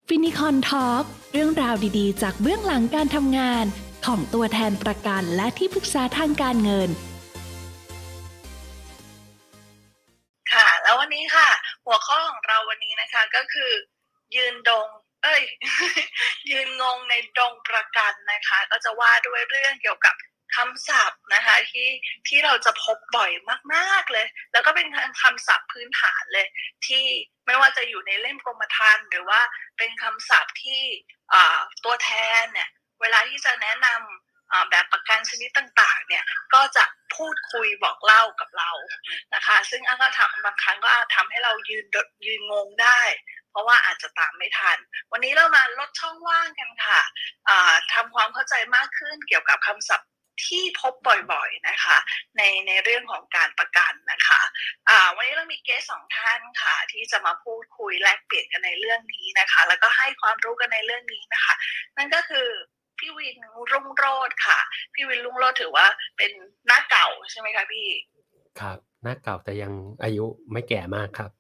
ฟินิคอนทอล์กเรื่องราวดีๆจากเบื้องหลังการทำงานของตัวแทนประกันและที่ปรึกษาทางการเงินค่ะแล้ววันนี้ค่ะหัวข้อของเราวันนี้นะคะก็คือยืนดงยืนงงในดงประกันนะคะก็จะว่าด้วยเรื่องเกี่ยวกับคำศัพท์นะคะที่เราจะพบบ่อยมากๆเลยแล้วก็เป็นคำศัพท์พื้นฐานเลยที่ไม่ว่าจะอยู่ในเล่มกรมธรรม์หรือว่าเป็นคำศัพท์ที่ตัวแทนเนี่ยเวลาที่จะแนะนำแบบประกันชนิดต่างๆเนี่ยก็จะพูดคุยบอกเล่ากับเรานะคะซึ่งอันก็บางครั้งก็อาจทำให้เรายืนงงได้เพราะว่าอาจจะตามไม่ทันวันนี้เรามาลดช่องว่างกันค่ะทำความเข้าใจมากขึ้นเกี่ยวกับคำศัพท์ที่พบบ่อยๆนะคะในเรื่องของการประกันนะคะวันนี้เรามีเกสต์2ท่านค่ะที่จะมาพูดคุยแลกเปลี่ยนกันในเรื่องนี้นะคะแล้วก็ให้ความรู้กันในเรื่องนี้นะคะนั่นก็คือพี่วินรุ่งโรจน์ค่ะพี่วินรุ่งโรจน์ถือว่าเป็นหน้าเก่าใช่ไหมคะพี่ครับหน้าเก่าแต่ยังอายุไม่แก่มากครับ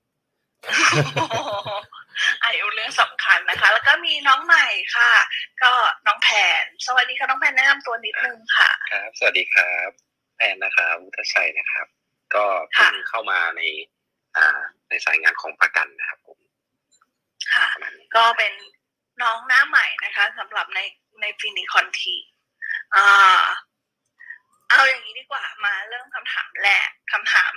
อายุเรื่องสำคัญนะคะแล้วก็มีน้องใหม่ค่ะก็น้องแผนสวัสดีค่ะน้องแผนแนะนำตัวนิดนึงค่ะครับสวัสดีครับแพนนะครับวุฒิชัยนะครับ ก็เพิ่งเข้ามาในสายงานของประกันนะครับผมค่ะก็เป็นน้องหน้าใหม่นะคะสำหรับในฟินิคอนทีเอาอย่างนี้ดีกว่ามาเริ่มคำถามแรกคำถาม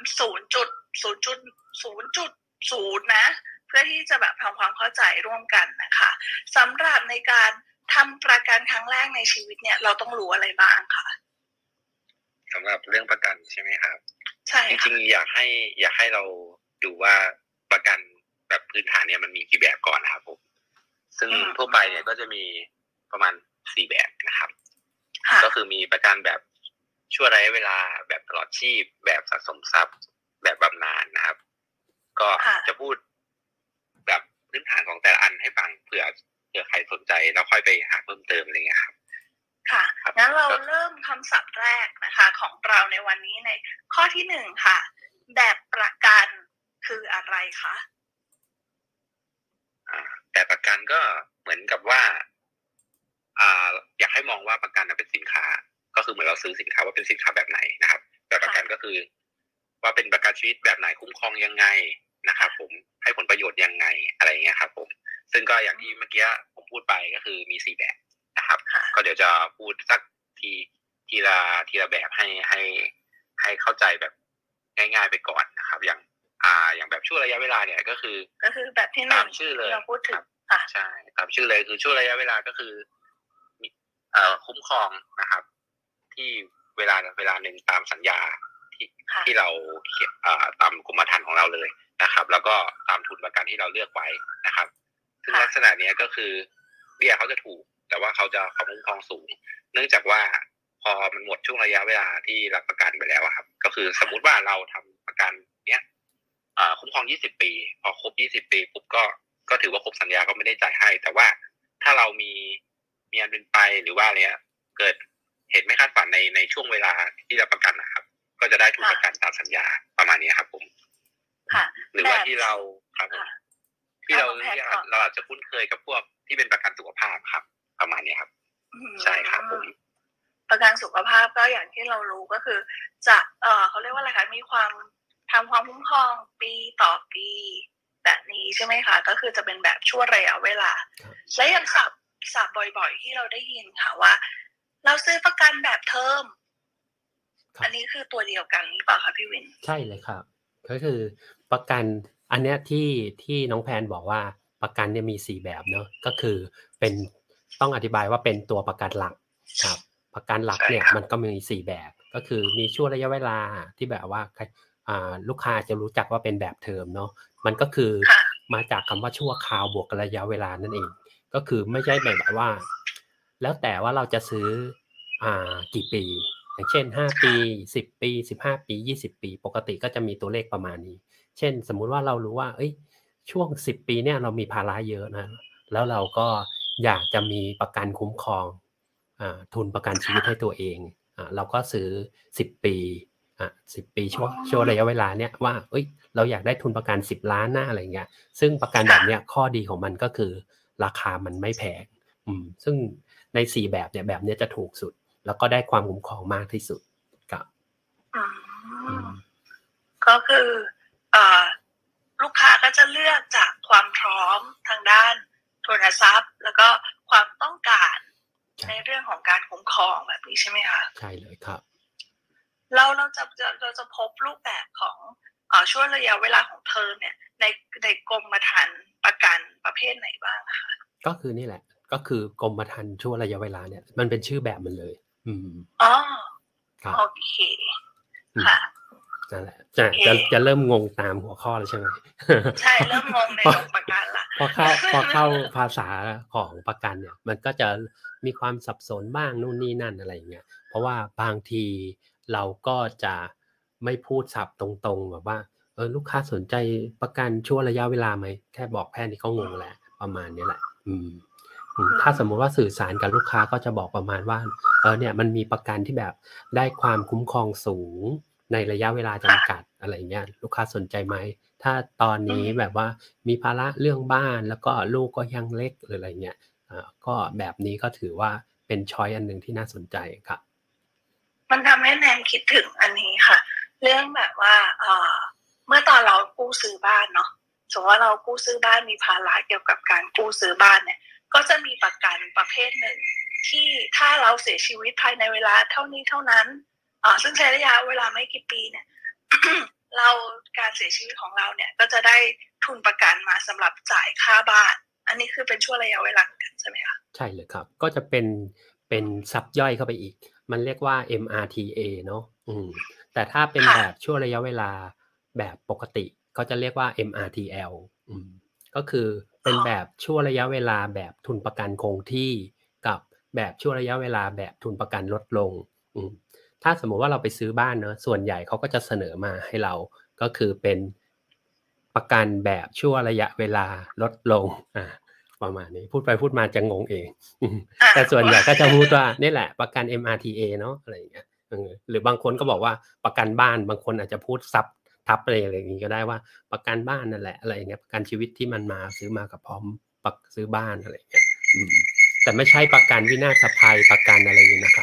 0.0.0.0นะเพื่อที่จะแบบทำความเข้าใจร่วมกันนะคะสำหรับในการทำประกันครั้งแรกในชีวิตเนี่ยเราต้องรู้อะไรบ้างคะสำหรับเรื่องประกันใช่ไหมครับใช่จริงๆอยากให้เราดูว่าประกันแบบพื้นฐานเนี่ยมันมีกี่แบบก่อนนะครับผมซึ่งทั่วไปเนี่ยก็จะมีประมาณ4แบบนะครับก็คือมีประกันแบบชั่วระยะเวลาแบบตลอดชีพแบบสะสมทรัพย์แบบบำนาญนะครับก็จะพูดแบบพื้นฐานของแต่ละอันให้ฟังเผื่อใครสนใจแล้วค่อยไปหาเพิ่มเติมอะไรเงี้ยครับค่ะงั้นเราเริ่มคำศัพท์แรกนะคะของเราในวันนี้ในข้อที่1ค่ะแบบประกันคืออะไรคะแบบประกันก็เหมือนกับว่าอยากให้มองว่าประกันเป็นสินค้าก็คือเหมือนเราซื้อสินค้าว่าเป็นสินค้าแบบไหนนะครับแบบประกันก็คือว่าเป็นประกันชีวิตแบบไหนคุ้มครองยังไงนะครับผมให้ผลประโยชน์ยังไงอะไรเงี้ยครับผมซึ่งก็อย่างที่เมื่อกี้ผมพูดไปก็คือมี4แบบนะครับก็เดี๋ยวจะพูดสักทีละแบบให้เข้าใจแบบง่ายๆไปก่อนนะครับอย่างแบบช่วงระยะเวลาเนี่ยก็คือแบบที่ตามชื่อเลยเราพูดถึงใช่ตามชื่อเลยคือช่วงระยะเวลาก็คือคุ้มครองนะครับที่เวลาหนึ่งตามสัญญาที่เราตามกรมธรรม์ของเราเลยนะครับแล้วก็ตามทุนประกันที่เราเลือกไว้นะครับซึ่งลักษณะนี้ก็คือเบี้ยเขาจะถูกแต่ว่าเขาคุ้มครองสูงเนื่องจากว่าพอมันหมดช่วงระยะเวลาที่รับประกันไปแล้วครับก็คือสมมุติว่าเราทำประกันเนี้ยคุ้มครอง20 ปีพอครบ20 ปีปุ๊บก็ถือว่าครบสัญญาก็ไม่ได้จ่ายให้แต่ว่าถ้าเรามีอันเป็นไปหรือว่าเนี้ยเกิดเหตุไม่คาดฝันในช่วงเวลาที่รับประกันนะครับก็จะได้ทุนประกันตามสัญญาประมาณนี้ครับผมหรือว่าที่เราครับผมที่เราอาจจะคุ้นเคยกับพวกที่เป็นประกันสุขภาพครับประมาณนี้ครับใช่ครับผมประกันสุขภาพก็อย่างที่เรารู้ก็คือจะเขาเรียกว่าอะไรคะมีความทำความคุ้มครองปีต่อปีแบบนี้ใช่ไหมคะก็คือจะเป็นแบบชั่วระยะเวลาและอย่างศัพท์บ่อยๆที่เราได้ยินค่ะว่าเราซื้อประกันแบบเทอมอันนี้คือตัวเดียวกันหรือเปล่าคะพี่วินใช่เลยครับก็คือประกันอันเนี้ยที่น้องแพนบอกว่าประกันเนี่ยมี4แบบเนาะก็คือเป็นต้องอธิบายว่าเป็นตัวประกันหลักครับประกันหลักเนี่ยมันก็มี4แบบก็คือมีช่วงระยะเวลาที่แบบว่าลูกค้าจะรู้จักว่าเป็นแบบเทอมเนาะมันก็คือมาจากคำว่าชั่วคราวบวกระยะเวลานั่นเองก็คือไม่ใช่แบบว่าแล้วแต่ว่าเราจะซื้อกี่ปีอย่างเช่น5ปี10ปี15ปี20ปีปกติก็จะมีตัวเลขประมาณนี้เช่นสมมุติว่าเรารู้ว่าช่วง10ปีเนี่ยเรามีภาระเยอะนะแล้วเราก็อยากจะมีประกันคุ้มครองทุนประกันชีวิตให้ตัวเองเราก็ซื้อ10ปี10ปีช่วงระยะเวลาเนี่ยว่าเราอยากได้ทุนประกัน10 ล้านนะอะไรเงี้ยซึ่งประกันแบบเนี้ยข้อดีของมันก็คือราคามันไม่แพงซึ่งใน4แบบเนี่ยแบบนี้จะถูกสุดแล้วก็ได้ความคุ้มครองมากที่สุดครับก็คือลูกค้าก็จะเลือกจากความพร้อมทางด้านทุนทรัพย์แล้วก็ความต้องการในเรื่องของการคุ้มครองแบบนี้ใช่ไหมคะใช่เลยครับเราจะพบรูปแบบของช่วงระยะเวลาของเทอมเนี่ยในกรมธรรม์ประกันประเภทไหนบ้างคะก็คือนี่แหละก็คือกรมธรรม์ช่วงระยะเวลาเนี่ยมันเป็นชื่อแบบมันเลยอ๋อโอเคค่ะนั่นแหละจะเริ่มงงตามหัวข้อแล้วใช่ไหมใช่เริ่มงงในกรมประกันละพอเข้าภาษาของประกันเนี่ยมันก็จะมีความสับสนบ้างนู่นนี่นั่นอะไรอย่างเงี้ยเพราะว่าบางทีเราก็จะไม่พูดศัพท์ตรงๆแบบว่าลูกค้าสนใจประกันช่วงระยะเวลาไหมแค่บอกแค่นี้ก็งงแหละประมาณนี้แหละถ้าสมมติว่าสื่อสารกับลูกค้าก็จะบอกประมาณว่าเนี่ยมันมีประกันที่แบบได้ความคุ้มครองสูงในระยะเวลาจำกัดอะไรเงี้ยลูกค้าสนใจไหมถ้าตอนนี้แบบว่ามีภาระเรื่องบ้านแล้วก็ลูกก็ยังเล็กหรืออะไรเงี้ยก็แบบนี้ก็ถือว่าเป็นช้อยอันหนึ่งที่น่าสนใจครับมันทำให้แนนคิดถึงอันนี้ค่ะเรื่องแบบว่าเมื่อตอนเรากู้ซื้อบ้านเนาะสมมติว่าเรากู้ซื้อบ้านมีภาระเกี่ยวกับการกู้ซื้อบ้านเนี่ยก็จะมีประกันประเภทหนึ่งที่ถ้าเราเสียชีวิตภายในเวลาเท่านี้เท่านั้นซึ่งใช้ระยะเวลาไม่กี่ปีเนี่ย เราการเสียชีวิตของเราเนี่ยก็จะได้ทุนประกันมาสำหรับจ่ายค่าบ้านอันนี้คือเป็นช่วงระยะเวลากันใช่ไหมคะใช่เลยครับก็จะเป็นซับย่อยเข้าไปอีกมันเรียกว่า MRTA เนาะแต่ถ้าเป็นแบบช่วงระยะเวลาแบบปกติก็จะเรียกว่า MRTL ก็คือเป็นแบบช่วงระยะเวลาแบบทุนประกันคงที่กับแบบช่วงระยะเวลาแบบทุนประกันลดลงถ้าสมมติว่าเราไปซื้อบ้านเนอะส่วนใหญ่เขาก็จะเสนอมาให้เราก็คือเป็นประกันแบบช่วงระยะเวลาลดลงประมาณนี้พูดไปพูดมาจะงงเองแต่ส่วนใหญ่ก็จะพูดว่านี่แหละประกัน MRTA เนาะอะไรอย่างเงี้ยหรือบางคนก็บอกว่าประกันบ้านบางคนอาจจะพูดซับทับอะไรอย่างงี้ก็ได้ว่าประกันบ้านนั่นแหละอะไรอย่างเงี้ยประกันชีวิตที่มันมาซื้อมากับพร้อมซื้อบ้านอะไรอย่างเงี้ยแต่ไม่ใช่ประกันวินาศภัยประกันอะไรอย่างนี้นะครับ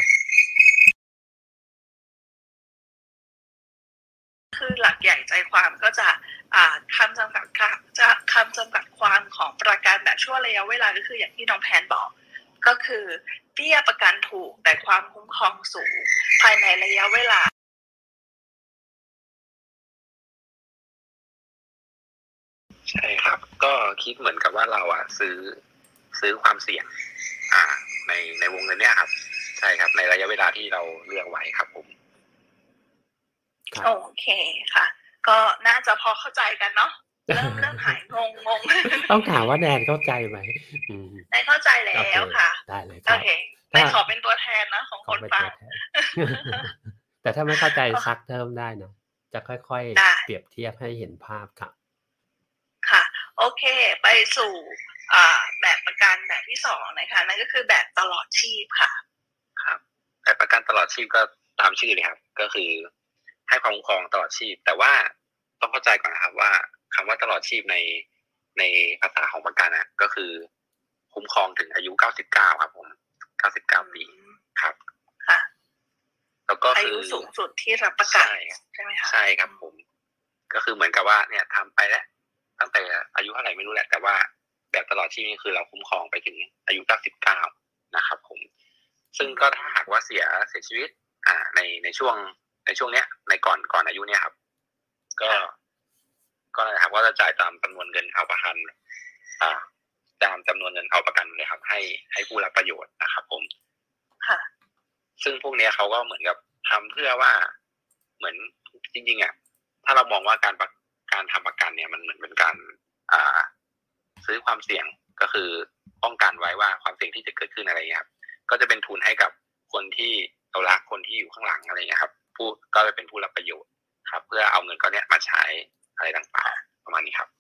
คือหลักใหญ่ใจความก็จะคำจำกัดความของประกันแบบช่วงระยะเวลาก็คืออย่างที่น้องแพนบอกก็คือเบี้ยประกันถูกแต่ความคุ้มครองสูงภายในระยะเวลาใช่ครับก็คิดเหมือนกับว่าเราซื้อความเสี่ยงในวงเงินเนี้ยครับใช่ครับในระยะเวลาที่เราเลือกไว้ครับผมโอเคค่ะก็น่าจะพอเข้าใจกันเนาะเริ่มหายงงต้องถามว่าแนนเข้าใจไหมแนนเข้าใจแล้วค่ะได้เลยครับโอเคแต่ขอเป็นตัวแทนนะของคนฟังแต่ถ้าไม่เข้าใจซักเพิ่มได้นะจะค่อยๆเปรียบเทียบให้เห็นภาพครับค่ะโอเคไปสู่แบบประกันแบบที่สองนะคะนั่นก็คือแบบตลอดชีพค่ะครับแบบประกันตลอดชีพก็ตามชื่อเลยครับก็คือให้ความคุ้มครองตลอดชีพแต่ว่าต้องเข้าใจก่อนนะครับว่าคำว่าตลอดชีพในภาษาของประกันก็คือคุ้มครองถึงอายุ99ครับผม99ปีครับค่ะแล้วก็อายุสูงสุดที่รับประกันใช่ไหมคะใช่ครับผมก็คือเหมือนกับว่าเนี่ยทำไปแล้วตั้งแต่อายุเท่าไหร่ไม่รู้แหละแต่ว่าแบบตลอดชีพนี่คือเราคุ้มครองไปถึงอายุ99นะครับผมซึ่งก็ถ้าหากว่าเสียชีวิตในช่วงเนี้ยในก่อนอายุเนี้ยครับก็นะครับว่าจะจ่ายตามจำนวนเงินเอาประกันตามจำนวนเงินเอาประกันเลยครับให้ผู้รับประโยชน์นะครับผมค่ะซึ่งพวกนี้เขาก็เหมือนกับทำเพื่อว่าเหมือนจริงๆถ้าเรามองว่าการทำประกันเนี่ยมันเหมือนเป็นการซื้อความเสี่ยงก็คือป้องกันไว้ว่าความเสี่ยงที่จะเกิดขึ้นอะไรครับก็จะเป็นทุนให้กับคนที่เรารักคนที่อยู่ข้างหลังอะไรเงี้ยครับก็จะเป็นผู้รับประโยชน์ครับเพื่อเอาเงินก้อนนี้มาใช้อะไรต่างๆประมาณนี้ครับ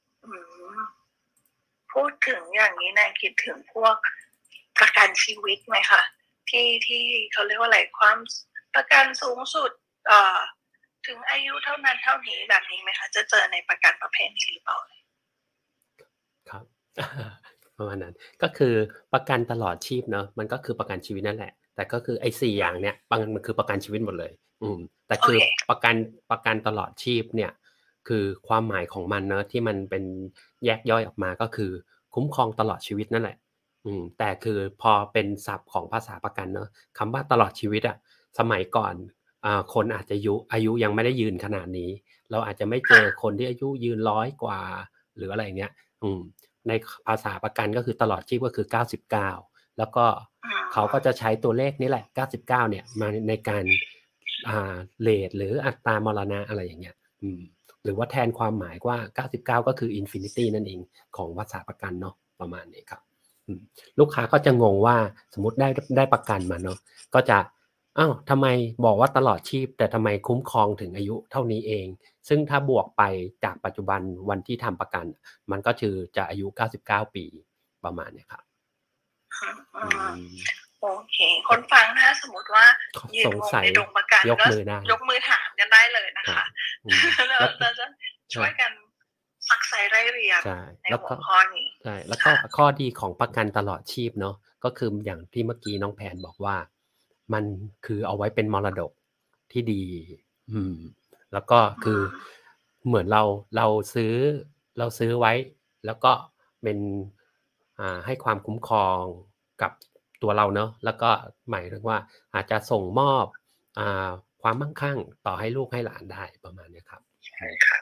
พูดถึงอย่างนี้นายคิดถึงพวกประกันชีวิตไหมคะที่เขาเรียกว่าอะไรความประกันสูงสุดถึงอายุเท่านั้นเท่านี้แบบนี้ไหมคะจะเจอในประกันประเภทนี้หรือเปล่าครับประมาณนั้นก็คือประกันตลอดชีพเนาะมันก็คือประกันชีวิตนั่นแหละแต่ก็คือไอ้4อย่างเนี้ยมันคือประกันชีวิตหมดเลยแต่คือประกันตลอดชีพเนี่ยคือความหมายของมันเนาะที่มันเป็นแยกย่อยออกมาก็คือคุ้มครองตลอดชีวิตนั่นแหละแต่คือพอเป็นศัพท์ของภาษาประกันเนาะคำว่าตลอดชีวิตอะสมัยก่อนคนอาจจะอายุยังไม่ได้ยืนขนาดนี้เราอาจจะไม่เจอคนที่อายุยืน100กว่าหรืออะไรเงี้ยในภาษาประกันก็คือตลอดชีพก็คือ99แล้วก็เขาก็จะใช้ตัวเลขนี้แหละ99เนี่ยมาในการเรทหรืออัตรามรณะอะไรอย่างเงี้ยหรือว่าแทนความหมายว่า99ก็คืออินฟินิตี้นั่นเองของภาษาประกันเนาะประมาณนี้ครับลูกค้าก็จะงงว่าสมมติได้ประกันมาเนาะก็จะทำไมบอกว่าตลอดชีพแต่ทำไมคุ้มครองถึงอายุเท่านี้เองซึ่งถ้าบวกไปจากปัจจุบันวันที่ทำประกันมันก็คือจะอายุ99ปีประมาณนี้ครับโอเคคนฟังถ้าสมมติว่ายืนงงในโรงประกันก็ยกมือถามกันได้เลยนะคะเราจะช่วยกันซักไซไล่เรียงในหัวข้อนี้ใช่แล้วก็ข้อดีของประกันตลอดชีพเนาะก็คืออย่างที่เมื่อกี้น้องแพนบอกว่ามันคือเอาไว้เป็นมรดกที่ดีแล้วก็คือเหมือนเราซื้อไว้แล้วก็เป็นให้ความคุ้มครองกับตัวเราเนาะแล้วก็หมายถึงว่าอาจจะส่งมอบความมั่งคั่งต่อให้ลูกให้หลานได้ประมาณนี้ครับใช่ครับ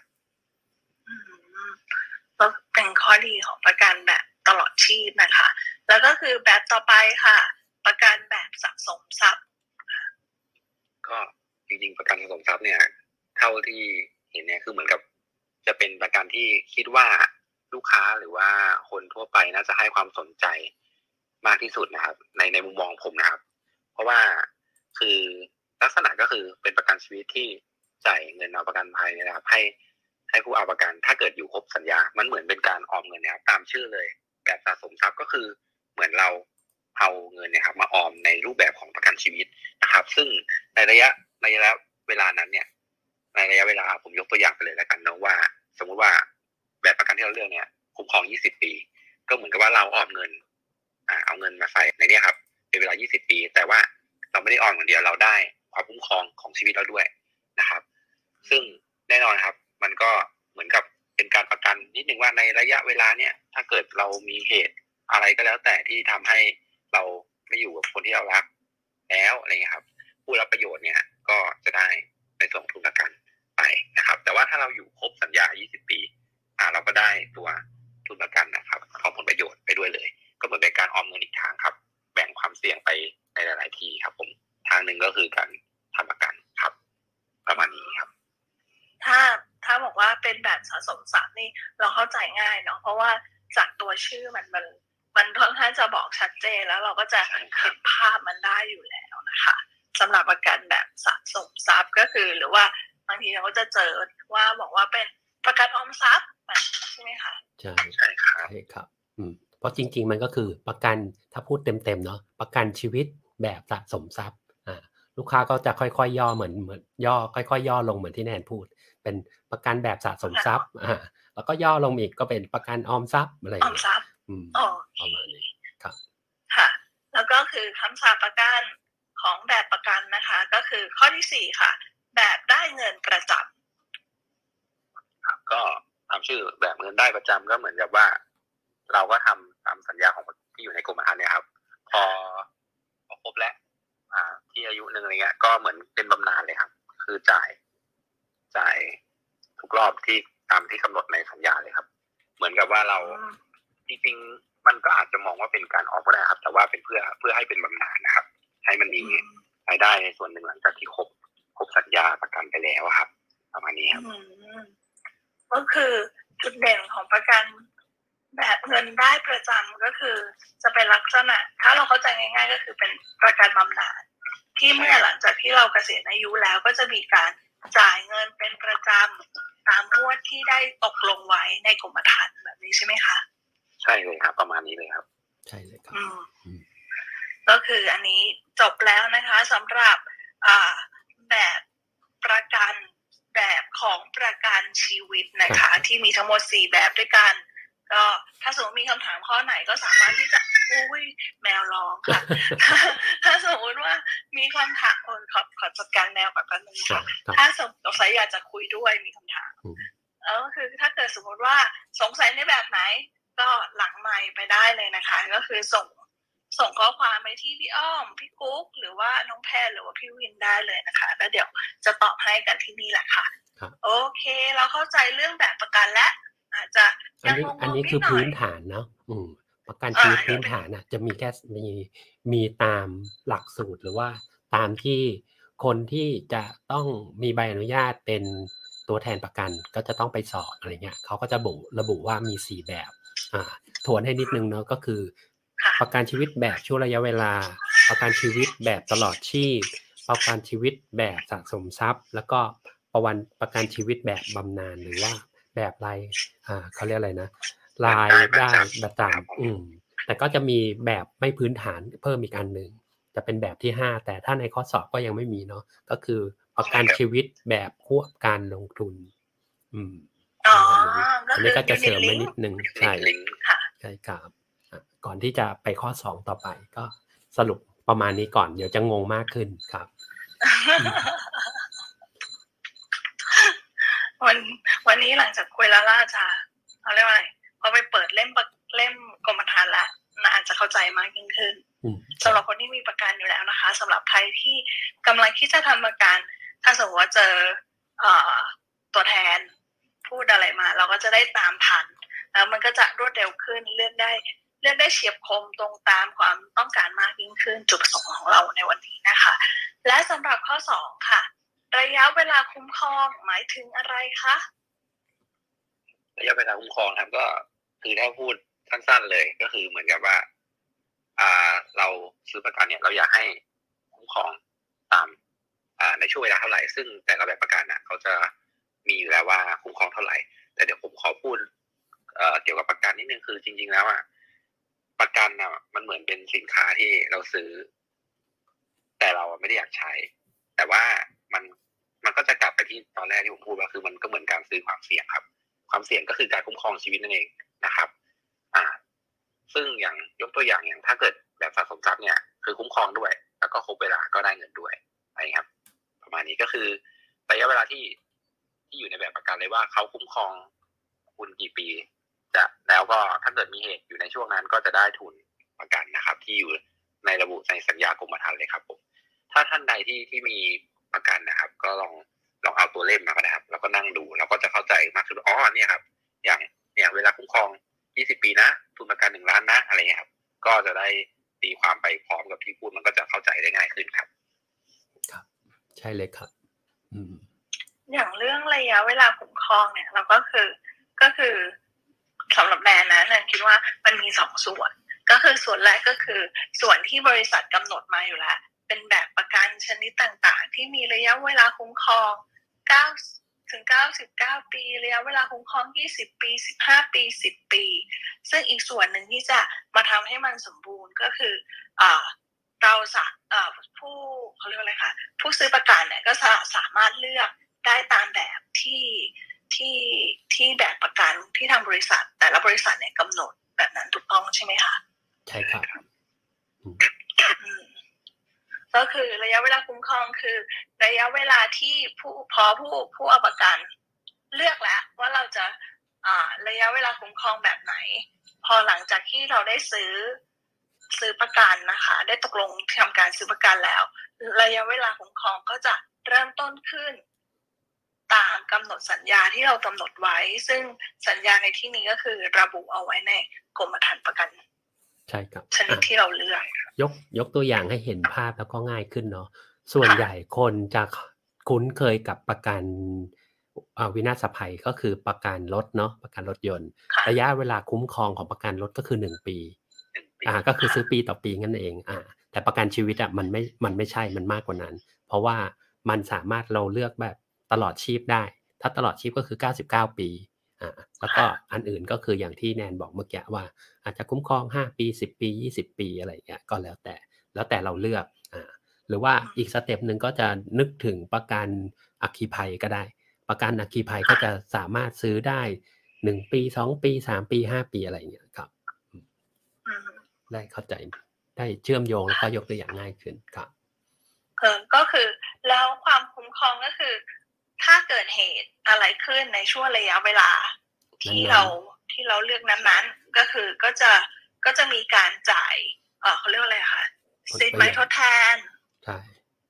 ก็เป็นข้อดีของประกันแบบตลอดชีพนะคะแล้วก็คือแบบต่อไปค่ะประกันแบบสะสมทรัพย์ก็จริงๆประกันสะสมทรัพย์เนี่ยเท่าที่เห็นเนี่ยคือเหมือนกับจะเป็นประกันที่คิดว่าลูกค้าหรือว่าคนทั่วไปน่าจะให้ความสนใจมากที่สุดนะครับในมุมมองผมนะครับเพราะว่าคือลักษณะก็คือเป็นประกันชีวิตที่จ่ายเงินเอาประกันภัยนะครับให้ผู้เอาประกันถ้าเกิดอยู่ครบสัญญามันเหมือนเป็นการออมเงินนะครับตามชื่อเลยแบบสะสมทรัพย์ก็คือเหมือนเราเอาเงินนะครับมาออมในรูปแบบของประกันชีวิตนะครับซึ่งในระยะเวลานั้นเนี่ยในระยะเวลาผมยกตัวอย่างไปเลยแล้วกันนะว่าสมมุติว่าแบบประกันที่เราเลือกเนี่ยคุ้มครอง20 ปีก็เหมือนกับว่าเราออมเงินเอาเงินมาใส่ในนี้ครับเป็นเวลา20 ปีแต่ว่าเราไม่ได้ออมอย่างเดียวเราได้ความคุ้มครองของชีวิตเราด้วยนะครับซึ่งแน่นอนครับมันก็เหมือนกับเป็นการประกันนิดนึงว่าในระยะเวลาเนี่ยถ้าเกิดเรามีเหตุอะไรก็แล้วแต่ที่ทำให้เราไม่อยู่กับคนที่เรารักแล้วอะไรเงี้ยครับผู้รับประโยชน์เนี่ยก็จะได้ในส่วนทุนประกันไปนะครับแต่ว่าถ้าเราอยู่ครบสัญญา20 ปีเราก็ได้ตัวทุนประกันนะครับของผลประโยชน์ไปด้วยเลยก็เหมือนเป็นการออมเงินอีกทางครับแบ่งความเสี่ยงไปในหลายๆที่ครับผมทางหนึ่งก็คือการทำประกันครับประมาณนี้ครับถ้าบอกว่าเป็นแบบสะสมทรัพย์นี่เราเข้าใจง่ายเนาะเพราะว่าจากตัวชื่อมันค่อนข้างจะบอกชัดเจนแล้วเราก็จะเห็นภาพมันได้อยู่แล้วนะคะสำหรับประกันแบบสะสมทรัพย์ก็คือหรือว่าบางทีเราก็จะเจอว่าบอกว่าเป็นประกันออมทรัพย์ใช่ไหมคะใช่ครับเพราะจริงๆมันก็คือประกันถ้าพูดเต็มๆเนาะประกันชีวิตแบบสะสมทรัพย์ลูกค้าก็จะค่อยๆย่อเหมือนย่อค่อยๆย่อลงเหมือนที่แนนพูดเป็นประกันแบบสะสมทรัพย์แล้วก็ย่อลงอีกก็เป็นประกันออมทรัพย์อะไรอย่างเงี้ยประมาณนี้ครับค่ะแล้วก็คือคำศัพท์ประกันของแบบประกันนะคะก็คือข้อที่4ค่ะแบบได้เงินประจำครับก็ตามชื่อแบบเงินได้ประจำก็เหมือนกับว่าเราก็ทำตามสัญญาของที่อยู่ในกรมธรรม์เนี่ยครับพอครบแล้วที่อายุนึงอะไรเงี้ยก็เหมือนเป็นบำนาญเลยครับคือจ่ายทุกรอบที่ตามที่กำหนดในสัญญาเลยครับเหมือนกับว่าเราจริงๆมันก็อาจจะมองว่าเป็นการออมก็ได้ครับแต่ว่าเป็นเพื่อให้เป็นบำนาญนะครับให้มันมีรายได้ในส่วนหนึ่งหลังจากที่ครบสัญญาประกันไปแล้วครับประมาณนี้ครับก็คือจุดเด่นของประกันแบบเงินได้ประจำก็คือจะเป็นลักษณะถ้าเราเข้าใจง่ายๆก็คือเป็นประกันบำนาญที่เมื่อหลังจากที่เราเกษียณอายุแล้วก็จะมีการจ่ายเงินเป็นประจำตามงวดที่ได้ตกลงไว้ในกรมธรรม์แบบนี้ใช่ไหมคะใช่เลยครับประมาณนี้เลยครับใช่เลยครับก็คืออันนี้จบแล้วนะคะสำหรับแบบประกันแบบของประกันชีวิตนะคะที่มีทั้งหมด4แบบด้วยกันก็ถ้าสมมติมีคำถามข้อไหนก็สามารถที่จะอุ้ยแมวร้องค่ะ ถ้าสมมติว่ามีคำถามขอจัดการแมวก่อนแป๊บนึงค่ะถ้าสงสัยอยากจะคุยด้วยมีคำถามก็คือถ้าเกิดสมมติว่าสงสัยในแบบไหนก็หลังไมค์ไปได้เลยนะคะก็คือส่งข้อความไปที่พี่อ้อมพี่กุ๊กหรือว่าน้องแพรหรือว่าพี่วินได้เลยนะคะแล้วเดี๋ยวจะตอบให้กันที่นี่แหละค่ะโอเคเราเข้าใจเรื่องแบบประกันและอาจจะอันนี้คือพื้นฐานเนาะประกันชีวิตพื้นฐานจะมีแค่มีตามหลักสูตรหรือว่าตามที่คนที่จะต้องมีใบอนุญาตเป็นตัวแทนประกันก็จะต้องไปสอบอะไรเงี้ยเขาก็จะระบุว่ามี4แบบทวนให้นิดนึงเนาะก็คือประกันชีวิตแบบช่วงระยะเวลาประกันชีวิตแบบตลอดชีพประกันชีวิตแบบสะสมทรัพย์แล้วก็ประกันชีวิตแบบบำนาญหรือว่าแบบรายเขาเรียกอะไรนะรายได้แบบต่างแต่ก็จะมีแบบไม่พื้นฐานเพิ่มอีกอันหนึ่งจะเป็นแบบที่5แต่ถ้าในข้อสอบก็ยังไม่มีเนาะก็คือประกันชีวิตแบบควบการลงทุนอันนี้ก็จะเสริมมานิดนึงใช่ครับก่อนที่จะไปข้อ2ต่อไปก็สรุปประมาณนี้ก่อนเดี๋ยวจะงงมากขึ้นครับวันนี้หลังจากคุยแล้วจะเขาเรียกว่าอะไรพอไปเปิดเล่มกรมธรรม์แล้วอาจจะเข้าใจมากยิ่งขึ้นสำหรับคนที่มีประกันอยู่แล้วนะคะสำหรับใครที่กำลังคิดจะทำประกันถ้าสมมติว่าเจอตัวแทนพูดอะไรมาเราก็จะได้ตามทันแล้วมันก็จะรวดเร็วขึ้นเลือกได้เฉียบคมตรงตามความต้องการมากยิ่งขึ้นจุดประสงค์ของเราในวันนี้นะคะและสำหรับข้อ2ค่ะระยะเวลาคุ้มครองหมายถึงอะไรคะระยะเวลาคุ้มครองครับก็คือถ้าพูดสั้นๆเลยก็คือเหมือนกับว่าเราซื้อประกันเนี่ยเราอยากให้คุ้มครองตามในช่วงเวลาเท่าไหร่ซึ่งแต่ละแบบประกันเขาจะมีอยู่แล้วว่าคุ้มครองเท่าไหร่แต่เดี๋ยวผมขอพูดเกี่ยวกับประกันนิดนึงคือจริงๆแล้วประกันมันเหมือนเป็นสินค้าที่เราซื้อแต่เราไม่ได้อยากใช้แต่ว่ามันก็จะกลับไปที่ตอนแรกที่ผมพูดว่าคือมันก็เหมือนการซื้อความเสี่ยงครับความเสี่ยงก็คือการคุ้มครองชีวิตนั่นเองนะครับซึ่งอย่างยกตัวอย่างถ้าเกิดแบบสะสมทรัพย์เนี่ยคือคุ้มครองด้วยแล้วก็ครบเวลาก็ได้เงินด้วยอะไรครับประมาณนี้ก็คือระยะเวลาที่อยู่ในแบบประกันเลยว่าเขาคุ้มครองคุณกี่ปีแล้วก็ถ้าเกิดมีเหตุอยู่ในช่วงนั้นก็จะได้ทุนประกันนะครับที่อยู่ในระบุในสัญญากรมธรรม์เลยครับผมถ้าท่านใดที่มีประกันนะครับก็ลองเอาตัวเล่มมาก็ได้ครับแล้วก็นั่งดูเราก็จะเข้าใจมากขึ้นเนี่ยครับอย่างเวลาคุ้มครอง20 ปีนะทุนประกัน1 ล้านนะอะไรเงี้ยครับก็จะได้ตีความไปพร้อมกับที่พูดมันก็จะเข้าใจได้ง่ายขึ้นครับครับใช่เลยครับอย่างเรื่องระยะเวลาคุ้มครองเนี่ยเราก็คือสำหรับแนนคิดว่ามันมี2ส่วนก็คือส่วนแรกก็คือส่วนที่บริษัทกำหนดมาอยู่แล้วเป็นแบบประกันชนิดต่างๆที่มีระยะเวลาคุ้มครอง9 ถึง 99 ปีระยะเวลาคุ้มครอง20 ปี15 ปี10 ปีซึ่งอีกส่วนหนึ่งที่จะมาทำให้มันสมบูรณ์ก็คือเราผู้เขาเรียกว่าอะไรคะผู้ซื้อประกันเนี่ยก็สามารถเลือกได้ตามแบบที่แบบประกันที่ทางบริษัทแต่ละบริษัทเนี่ยกำหนดแบบนั้นถูกต้องใช่ไหมคะใช่ครับก็คือระยะเวลาคุ้มครองคือระยะเวลาที่ผู้เอาประกันเลือกแล้วว่าเราจะระยะเวลาคุ้มครองแบบไหนพอหลังจากที่เราได้ซื้อประกันนะคะได้ตกลงทำการซื้อประกันแล้วระยะเวลาคุ้มครองก็จะเริ่มต้นขึ้นตามกำหนดสัญญาที่เรากำหนดไว้ซึ่งสัญญาในที่นี้ก็คือระบุเอาไว้ในกรมธรรม์ประกันใช่ครับชนิดที่เราเลือกยกตัวอย่างให้เห็นภาพแล้วก็ง่ายขึ้นเนาะส่วนใหญ่คนจะคุ้นเคยกับประกันวินาศภัยก็คือประกันรถเนาะประกันรถยนต์ระยะเวลาคุ้มครองของประกันรถก็คือ1 ปีก็คือซื้อปีต่อปีนั่นเองแต่ประกันชีวิตมันไม่ใช่มันมากกว่านั้นเพราะว่ามันสามารถเราเลือกแบบตลอดชีพได้ถ้าตลอดชีพก็คือ99 ปีแล้วก็อันอื่นก็คืออย่างที่แนนบอกเมื่อกี้ว่าอาจจะคุ้มครอง5 ปี10 ปี20 ปีอะไรอย่างเงี้ยก็แล้วแต่เราเลือกหรือว่าอีกสเต็ปนึงก็จะนึกถึงประกันอัคคีภัยก็ได้ประกันอัคคีภัยก็จะสามารถซื้อได้ 1 ปี 2 ปี 3 ปี 5 ปีอะไรอย่างเงี้ยครับได้เข้าใจได้เชื่อมโยงแล้วก็ยกตัวอย่างง่ายขึ้นครับก็คือแล้วความคุ้มครองก็คือถ้าเกิดเหตุอะไรขึ้นในช่วงระยะเวลาที่เราเลือกนั้นๆก็คือก็จะมีการจ่ายเขาเรียกว่าอะไรคะสินไหมทดแทนใช่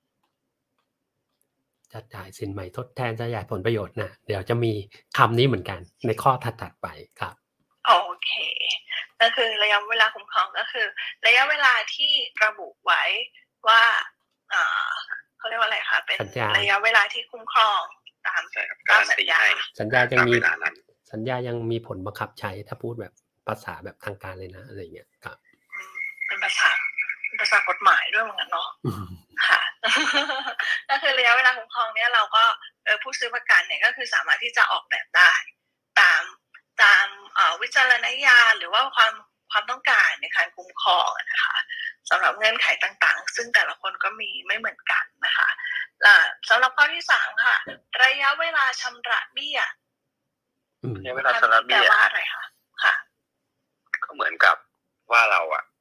จะจ่ายสินไหมทดแทนจะจ่ายผลประโยชน์นะเดี๋ยวจะมีคำนี้เหมือนกันในข้อถัดไปครับโอเคก็คือระยะเวลาคุ้มครองก็คือระยะเวลาที่ระบุไว้ว่าเขาเรียกว่าอะไรคะเป็นระยะเวลาที่คุ้มครองตามสัญญาสัญญายังมีผลบังคับใช้ถ้าพูดแบบภาษาแบบทางการเลยนะอะไรเงี้ยครับเป็นภาษากฎหมายด้วยเหมือนกันเนาะค่ะก็คือระยะเวลาคุ้มครองเนี้ยเราก็ผู้ซื้อประกันเนี่ยก็คือสามารถที่จะออกแบบได้ตามวิจารณญาณหรือว่าความต้องการในการคุ้มครองนะคะสำหรับเงื่อนไขต่างๆซึ่งแต่ละคนก็มีไม่เหมือนกันนะคะสำหรับข้อที่3ค่ะระยะเวลาชำระเบี้ยระยะเวลาชำระเบี้ยว่าอะไรคะค่ะก็เหมือนกับว่าเรา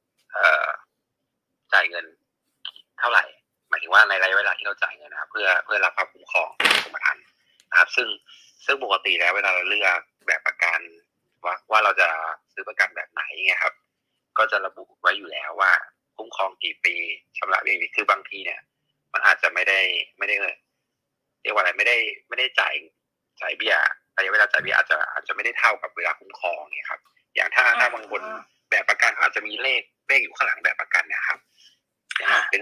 จ่ายเงินเท่าไหร่หมายถึงว่าในระยะเวลาที่เราจ่ายเงินนะครับเพื่อรับความคุ้มครองกรมธรรม์นะครับซึ่งปกติแล้วเวลาเราเลือกแบบประกันว่าเราจะซื้อประกันแบบไหนไงครับก็จะระบุไว้อยู่แล้วว่าคุ้มครองกี่ปีชำระเบี้ยคือบางทีเนี่ยมันอาจจะไม่ได้เรียกว่าอะไรไม่ได้จ่ายเบี้ยระยะเวลาจ่ายเบี้ยอาจจะไม่ได้เท่ากับเวลาคุ้มครองเนี่ยครับอย่างถ้าบางคนแบบประกันอาจจะมีเลขอยู่ข้างหลังแบบประกันนะครับเป็น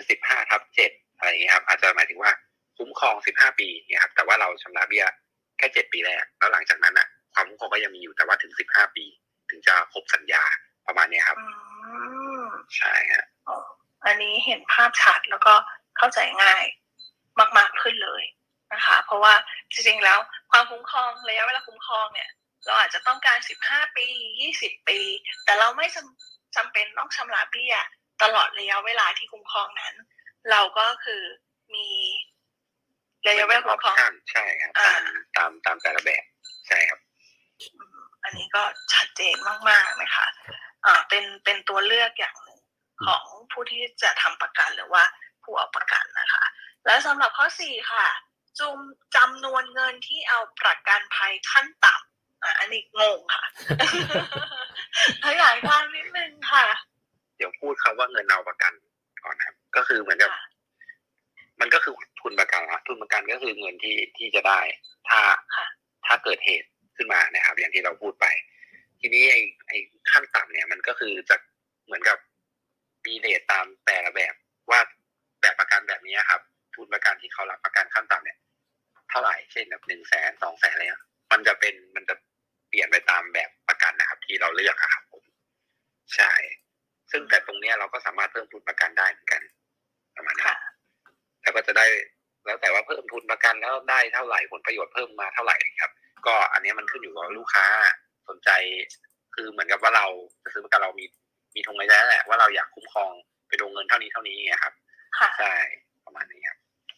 15/7อะไรอย่างเงี้ยครับอาจจะหมายถึงว่าคุ้มครอง15 ปีเนี่ยครับแต่ว่าเราชำระเบี้ยแค่7 ปีแรกแล้วหลังจากนั้นอ่ะความคุ้มครองก็ยังมีอยู่แต่ว่าถึง15 ปีถึงจะครบสัญญาประมาณนี้ครับใช่ฮะอันนี้เห็นภาพชัดแล้วก็เข้าใจง่ายมากๆขึ้นเลยนะคะเพราะว่าจริงๆแล้วความคุ้มครองระยะเวลาคุ้มครองเนี่ยเราอาจจะต้องการ15 ปี20 ปีแต่เราไม่จำเป็นต้องชำระเบี้ยตลอดระยะเวลาที่คุ้มครองนั้นเราก็คือมีระยะเวลาคุ้มครองใช่ครับตามแต่ละแบบใช่ครับอันนี้ก็ชัดเจนมากๆนะคะเป็นตัวเลือกอย่างหนึ่งของผู้ที่จะทำประกันหรือว่าผู้เอาประกันนะคะและสำหรับข้อ4ค่ะจำนวนเงินที่เอาประกันภัยขั้นต่ำอันนี้งงค่ะขยายความนิดนึงค่ะเดี๋ยวพูดคำว่าเงินเอาประกันก่อนครับก็คือเหมือนกับมันก็คือทุนประกันทุนประกันก็คือเงินที่จะได้ถ้าเกิดเหตุขึ้นมานะครับอย่างที่เราพูดไปทีนี้ไอ้ขั้นต่ำเนี่ยมันก็คือจะเหมือนกับมีเรทตามแต่ละแบบว่าแบบประกันแบบนี้ครับทุนประกันที่เขารับประกันขั้นต่ำเนี่ยเท่าไหร่เช่นแบบ100,000 200,000อะไรเงี้ยมันจะเปลี่ยนไปตามแบบประกันนะครับที่เราเลือกครับผมใช่ซึ่งแต่ตรงนี้เราก็สามารถเพิ่มทุนประกันได้เหมือนกันประมาณนี้แล้วก็จะได้แล้วแต่ว่าเพิ่มทุนประกันแล้วได้เท่าไหร่ผลประโยชน์เพิ่มมาเท่าไหร่ครับก็อันนี้มันขึ้นอยู่กับลูกค้าสนใจคือเหมือนกับว่าเราจะซื้อประกันเรามีธงไว้แล้วแหละว่าเราอยากคุ้มครองไปดวงเงินเท่านี้ครับใช่ประมาณนี้ครับ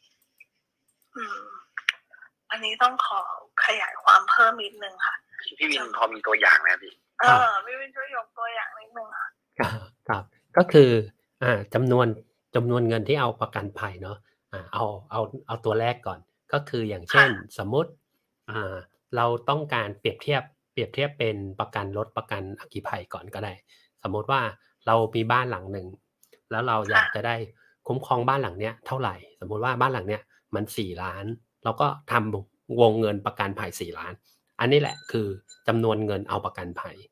อันนี้ต้องขอขยายความเพิ่มนิดนึงค่ะพี่วินพอมีตัวอย่างไหมพี่พี่วินช่วยยกตัวอย่างนิดนึงค่ะครับก็คือจำนวนเงินที่เอาประกันภัยเนาะเอาตัวแรกก่อนก็คืออย่างเช่นสมมติเราต้องการเปรียบเทียบเป็นประกันรถประกันอัคคีภัยก่อนก็ได้สมมติว่าเรามีบ้านหลังหนึ่งแล้วเราอยากจะได้คุ้มครองบ้านหลังเนี้ยเท่าไหร่สมมติว่าบ้านหลังเนี้ยมัน4 ล้านเราก็ทำวงเงินประกันภัย4 ล้านอันนี้แหละคือจำนวนเงินเอาประกันภัย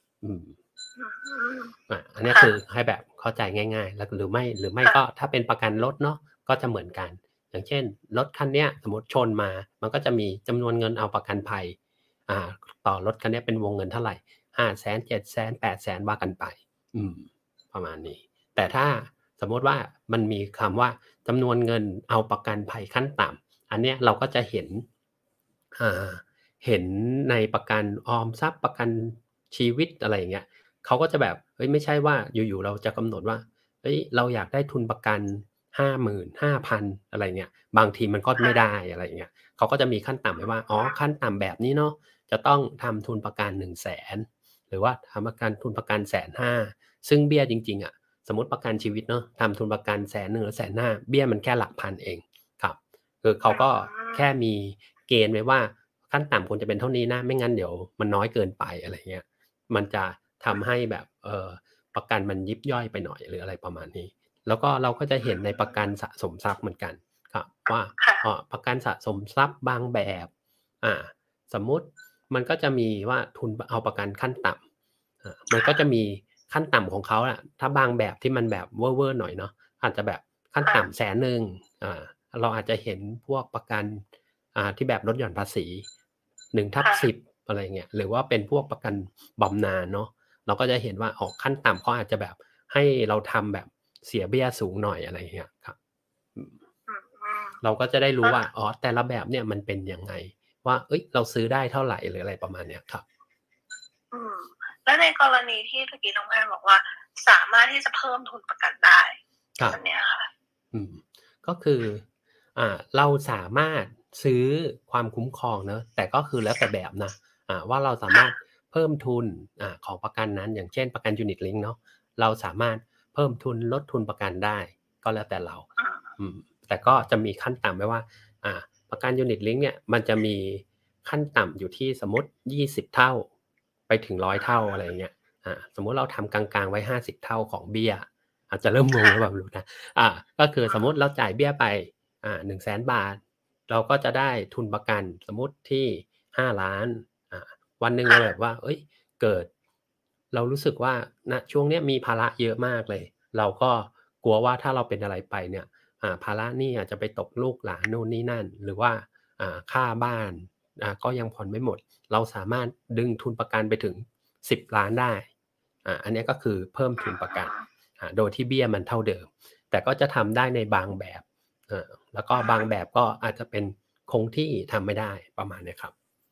อันนี้คือให้แบบเข้าใจง่ายๆแล้วหรือไม่ก็ถ้าเป็นประกันรถเนาะก็จะเหมือนกันอย่างเช่นรถคันนี้สมมติชนมามันก็จะมีจำนวนเงินเอาประกันภัยต่อรถคันนี้เป็นวงเงินเท่าไหร่500,000 700,000 800,000ว่ากันไปประมาณนี้แต่ถ้าสมมติว่ามันมีคำว่าจำนวนเงินเอาประกันภัยขั้นต่ำอันเนี้ยเราก็จะเห็นในประกันออมทรัพย์ประกันชีวิตอะไรอย่างเงี้ยเขาก็จะแบบไม่ใช่ว่าอยู่ๆเราจะกำหนดว่าเราอยากได้ทุนประกัน 50,000 5,000 อะไรเงี้ยบางทีมันก็ไม่ได้อะไรเงี้ยเขาก็จะมีขั้นต่ำไว้ว่าขั้นต่ำแบบนี้เนาะจะต้องทำทุนประกัน 100,000 หรือว่าทำประกันทุนประกัน 150,000 ซึ่งเบี้ยจริงๆสมมติประกันชีวิตเนาะทำทุนประกัน 100,000 หรือ 150,000 เบี้ยมันแค่หลักพันเองครับคือเขาก็แค่มีเกณฑ์ไว้ว่าขั้นต่ำควรจะเป็นเท่านี้นะไม่งั้นเดี๋ยวมันน้อยเกินไปอะไรเงี้ยมันจะทำให้แบบประกันมันยิบย่อยไปหน่อยหรืออะไรประมาณนี้แล้วก็เราก็จะเห็นในประกันสะสมทรัพย์เหมือนกันครับว่าประกันสะสมทรัพย์บางแบบสมมุติมันก็จะมีว่าทุนเอาประกันขั้นต่ำมันก็จะมีขั้นต่ำของเขาแหละถ้าบางแบบที่มันแบบเวอร์ๆหน่อยเนาะอาจจะแบบขั้นต่ำ100,000เราอาจจะเห็นพวกประกันที่แบบลดหย่อนภาษี1/10อะไรเงี้ยหรือว่าเป็นพวกประกันบำนาญเนาะเราก็จะเห็นว่าออกขั้นต่ำเขาอาจจะแบบให้เราทำแบบเสียเบี้ยสูงหน่อยอะไรเงี้ยครับเราก็จะได้รู้ว่าแต่ละแบบเนี่ยมันเป็นยังไงว่าเราซื้อได้เท่าไหร่หรืออะไรประมาณเนี้ยครับแล้วในกรณีที่เมื่อกี้น้องแพนบอกว่าสามารถที่จะเพิ่มทุนประกันได้แบบนี้ค่ะก็คือเราสามารถซื้อความคุ้มครองเนอะแต่ก็คือแล้วแต่แบบนะว่าเราสามารถเพิ่มทุนของประกันนั้นอย่างเช่นประกัน Unit Link เนาะเราสามารถเพิ่มทุนลดทุนประกันได้ก็แล้วแต่เราแต่ก็จะมีขั้นต่ำไว้ว่าประกัน Unit Link เนี่ยมันจะมีขั้นต่ำอยู่ที่สมมติ20 เท่าไปถึง100 เท่าอะไรเงี้ยสมมุติเราทำกลางๆไว้50 เท่าของเบี้ยอาจจะเริ่มงงหรือเปล่าไม่รู้นะก็คือสมมติเราจ่ายเบี้ยไป100,000 บาทเราก็จะได้ทุนประกันสมมติที่5 ล้านวันหนึ่งเราแบบว่าเกิดเรารู้สึกว่านะช่วงนี้มีภาระเยอะมากเลยเราก็กลัวว่าถ้าเราเป็นอะไรไปเนี่ยภาระนี่อาจจะไปตกลูกหลานนู่นนี่นั่นหรือว่าค่าบ้านก็ยังผ่อนไม่หมดเราสามารถดึงทุนประกันไปถึง10 ล้านได้อันนี้ก็คือเพิ่มทุนประกันโดยที่เบี้ยมันเท่าเดิมแต่ก็จะทำได้ในบางแบบแล้วก็บางแบบก็อาจจะเป็นคงที่ทำไม่ได้ประมาณนี้ครับ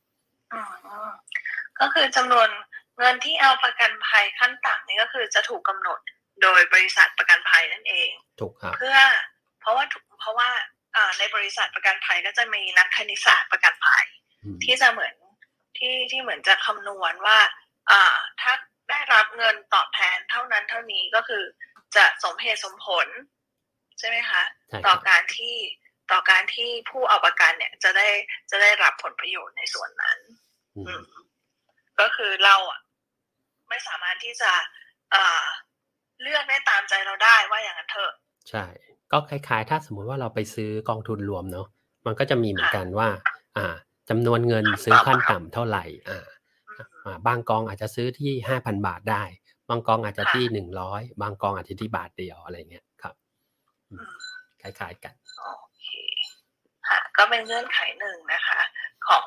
ก็คือจำนวนเงินที่เอาประกันภัยขั้นต่ำนี่ก็คือจะถูกกำหนดโดยบริษัทประกันภัยนั่นเองถูกครับเพราะว่าในบริษัทประกันภัยก็จะมีนักคณิตศาสตร์ประกันภัยที่จะเหมือนที่เหมือนจะคำนวณว่าถ้าได้รับเงินตอบแทนเท่านั้นเท่านี้ก็คือจะสมเหตุสมผลใช่ไหมคะต่อการที่ผู้เอาประกันเนี่ยจะได้รับผลประโยชน์ในส่วนนั้นก็คือเราไม่สามารถที่จะเลือกได้ตามใจเราได้ว่าอย่างนั้นเถอะใช่ก็คล้ายๆถ้าสมมุติว่าเราไปซื้อกองทุนรวมเนาะมันก็จะมีเหมือนกันว่าจำนวนเงินซื้อขั้นต่ำเท่าไหร่บางกองอาจจะซื้อที่ 5,000 บาทได้บางกองอาจจะที่100บางกองอาจจะที่บาทเดียวอะไรเงี้ยครับคล้ายๆกันโอเคค่ะก็เป็นเงื่อนไขหนึ่งนะคะของ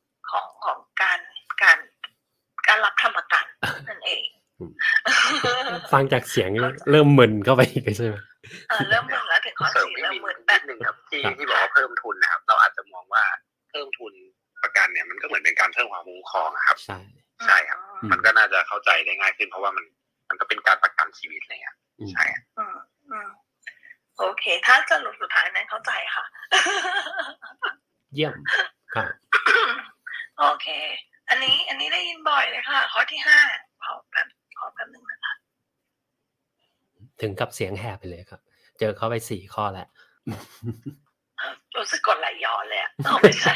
การรับทำประกันนั่นเองฟังจากเสียงเริ่มมึนเข้าไปอีกใช่ไหมเริ่มมึนแล้วถึงข้อ4เริ่มมึนแบบนึงครับที่บอกว่าเพิ่มทุนนะครับเราอาจจะมองว่าเพิ่มทุนประกันเนี่ยมันก็เหมือนเป็นการเพิ่มความคุ้มครองครับใช่ครับมันก็น่าจะเข้าใจได้ง่ายขึ้นเพราะว่ามันก็เป็นการประกันชีวิตอะไรเงี้ยใช่โอเคถ้าสรุปสุดท้ายนั้นเข้าใจค่ะเยี่ยมครับโอเคอันนี้ได้ยินบ่อยเลยค่ะข้อที่5ขอแป๊บนึงนะคะถึงกับเสียงแหบไปเลยครับเจอเขาไป4 ข้อแล้วรู้สึกกดไหลย้อนเลยไม่ใช่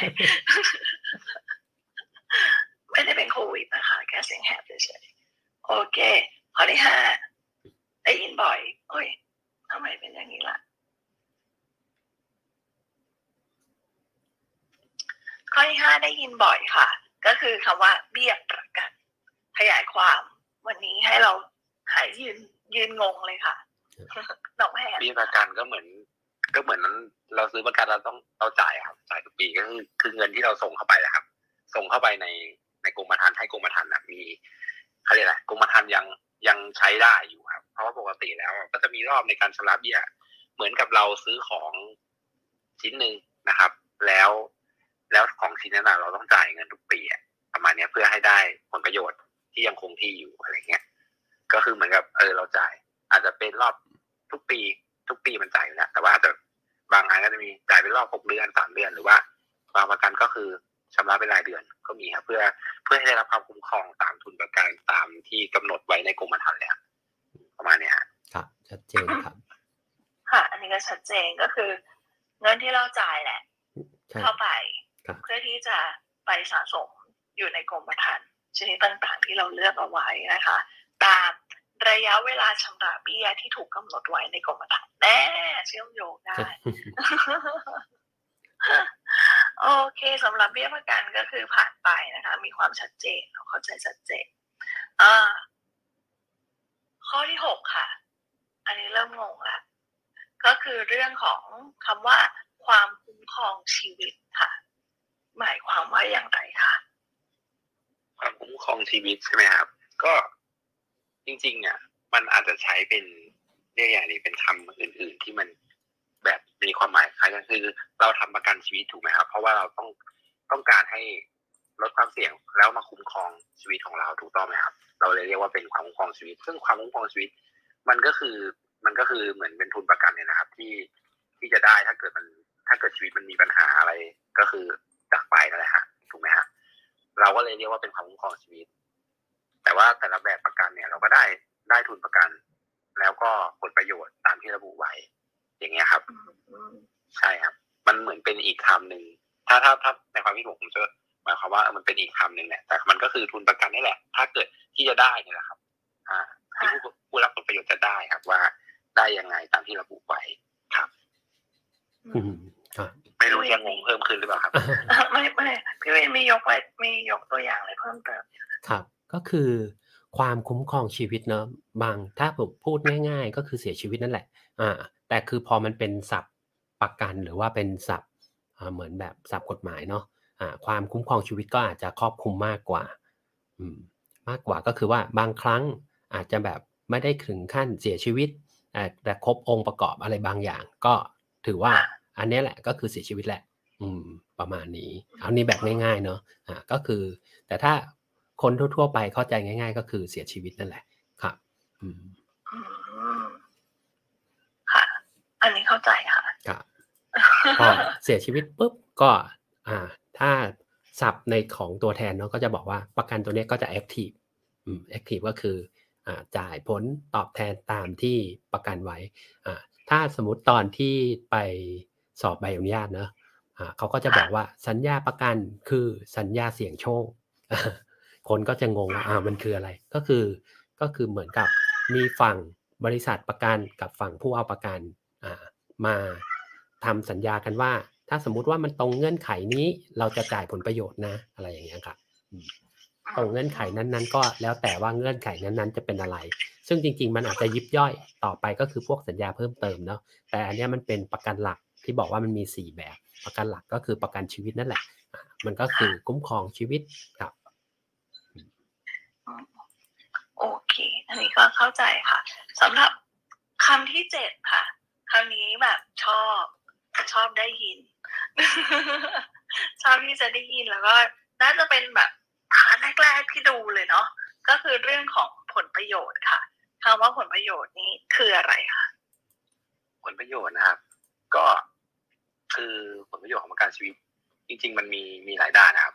ไม่ได้เป็นโควิดนะคะแค่เสียงแหบเฉยๆโอเคข้อที่5ได้ยินบ่อยทำไมเป็นอย่างนี้ล่ะข้อที่5ได้ยินบ่อยค่ะก็คือคำว่าเบี้ยประกันขยายความวันนี้ให้เราหายยืนงงเลยค่ะน้องแพนเบี้ยประกันก็เหมือนนั้นเราซื้อประกันเราจ่ายครับจ่ายทุกปีก็คือเงินที่เราส่งเข้าไปนะครับส่งเข้าไปในกรมธรรม์ให้กรมธรรม์มีเขาเรียกอะไรกรมธรรม์ยังใช้ได้อยู่ครับเพราะว่าปกติแล้วก็จะมีรอบในการชำระเบี้ยเหมือนกับเราซื้อของชิ้นนึงนะครับแล้วของชิ้นนั้นเราต้องจ่ายเงินทุกปีประมาณนี้เพื่อให้ได้ผลประโยชน์ที่ยังคงที่อยู่อะไรเงี้ยก็คือเหมือนกับเราจ่ายอาจจะเป็นรอบทุกปีมันจ่ายอยู่แล้วแต่ว่าอาจจะบางงานก็จะมีจ่ายเป็นรอบ6 เดือน3 เดือนหรือว่าบางประกันก็คือชำระเป็นรายเดือนก็มีครับเพื่อให้ได้รับความคุ้มครองตามทุนประกันตามที่กำหนดไว้ในกรมธรรม์เลยประมาณนี้ครับชัดเจนครับค่ะอันนี้ก็ชัดเจนก็คือเงินที่เราจ่ายแหละเข้าไปเพื่อที่จะไปสะสมอยู่ในกรมธรรม์ชนิดต่างๆที่เราเลือกเอาไว้นะคะตามระยะเวลาชำระเบี้ยที่ถูกกำหนดไว้ในกรมธรรม์แน่เชื่อมโยงได้ โอเคสำหรับเบี้ยประกันก็คือผ่านไปนะคะมีความชัดเจนเข้าใจชัดเจนข้อที่6ค่ะอันนี้เริ่มงงละก็คือเรื่องของคำว่าความคุ้มครองชีวิตค่ะหมายความว่าอย่างไรคะความคุ้มครองชีวิตใช่ไหมครับก็จริงๆเนี่ยมันอาจจะใช้เป็นเรียกอย่างนี้เป็นคำอื่นๆที่มันแบบมีความหมายคล้ายกันคือเราทำประกันชีวิตถูกไหมครับเพราะว่าเราต้องการให้ลดความเสี่ยงแล้วมาคุ้มครองชีวิตของเราถูกต้องไหมครับเราเลยเรียกว่าเป็นความคุ้มครองชีวิตซึ่งความคุ้มครองชีวิตมันก็คือเหมือนเป็นทุนประกันเนี่ยนะครับที่จะได้ถ้าเกิดชีวิตมันมีปัญหาอะไรก็คือจากไปนั่นแหละฮะถูกไหมฮะเราก็เลยเรียกว่าเป็นความคุ้มครองชีวิตแต่ว่าแต่ละแบบประกันเนี่ยเราก็ได้ทุนประกันแล้วก็ผลประโยชน์ตามที่ระบุไว้อย่างเงี้ยครับใช่ครับมันเหมือนเป็นอีกคำหนึ่งถ้าในความคิดผมจะหมายความว่ามันเป็นอีกคำหนึ่งแหละแต่มันก็คือทุนประกันนี่แหละถ้าเกิดที่จะได้นี่แหละครับที่ผู้รับผลประโยชน์จะได้ครับว่าได้ยังไงตามที่ระบุไว้ครับไม่รู้ยังงงเพิ่มขึ้นหรือเปล่าครับไม่พี่เวนมียกตัวอย่างอะไรเพิ่มเติมครับก็คือความคุ้มครองชีวิตเนาะถ้าผมพูดง่ายๆก็คือเสียชีวิตนั่นแหละแต่คือพอมันเป็นศัพท์ประกันหรือว่าเป็นศัพท์เหมือนแบบศัพท์กฎหมายเนาะความคุ้มครองชีวิตก็อาจจะครอบคลุมมากกว่าก็คือว่าบางครั้งอาจจะแบบไม่ได้ถึงขั้นเสียชีวิตแต่ครบองค์ประกอบอะไรบางอย่างก็ถือว่าอันนี้แหละก็คือเสียชีวิตแหละประมาณนี้เอานี้แบบง่ายๆเนาะก็คือแต่ถ้าคนทั่วๆไปเข้าใจง่ายๆก็คือเสียชีวิตนั่นแหละครับค่ะอันนี้เข้าใจค่ะครับพอเสียชีวิตปุ๊บก็ถ้าศัพท์ในของตัวแทนเนาะก็จะบอกว่าประกันตัวนี้ก็จะ active active ก็คือจ่ายผลตอบแทนตามที่ประกันไว้ถ้าสมมติตอนที่ไปสอบใบอนุญาตเนอะเขาก็จะบอกว่าสัญญาประกันคือสัญญาเสี่ยงโชคคนก็จะงงว่ามันคืออะไรก็คือเหมือนกับมีฝั่งบริษัทประกันกับฝั่งผู้เอาประกันมาทำสัญญากันว่าถ้าสมมุติว่ามันตรงเงื่อนไขนี้เราจะจ่ายผลประโยชน์นะอะไรอย่างเงี้ยครับตรงเงื่อนไขนั้นๆก็แล้วแต่ว่าเงื่อนไขนั้นๆจะเป็นอะไรซึ่งจริงๆมันอาจจะยิบย่อยต่อไปก็คือพวกสัญญาเพิ่มเติมเนาะแต่อันนี้มันเป็นประกันหลักที่บอกว่ามันมี4แบบประกันหลักก็คือประกันชีวิตนั่นแหละมันก็คือคุ้มครองชีวิตครับโอเคอันนี้ก็เข้าใจค่ะสำหรับคำที่7ค่ะคำนี้แบบชอบได้ยิน ชอบที่จะได้ยินแล้วก็น่าจะเป็นแบบแรกๆที่ดูเลยเนาะก็คือเรื่องของผลประโยชน์ค่ะคำว่าผลประโยชน์นี้คืออะไรคะผลประโยชน์นะครับก็คือผลประโยชน์ของประกันชีวิตจริงๆมันมีหลายด้านนะครับ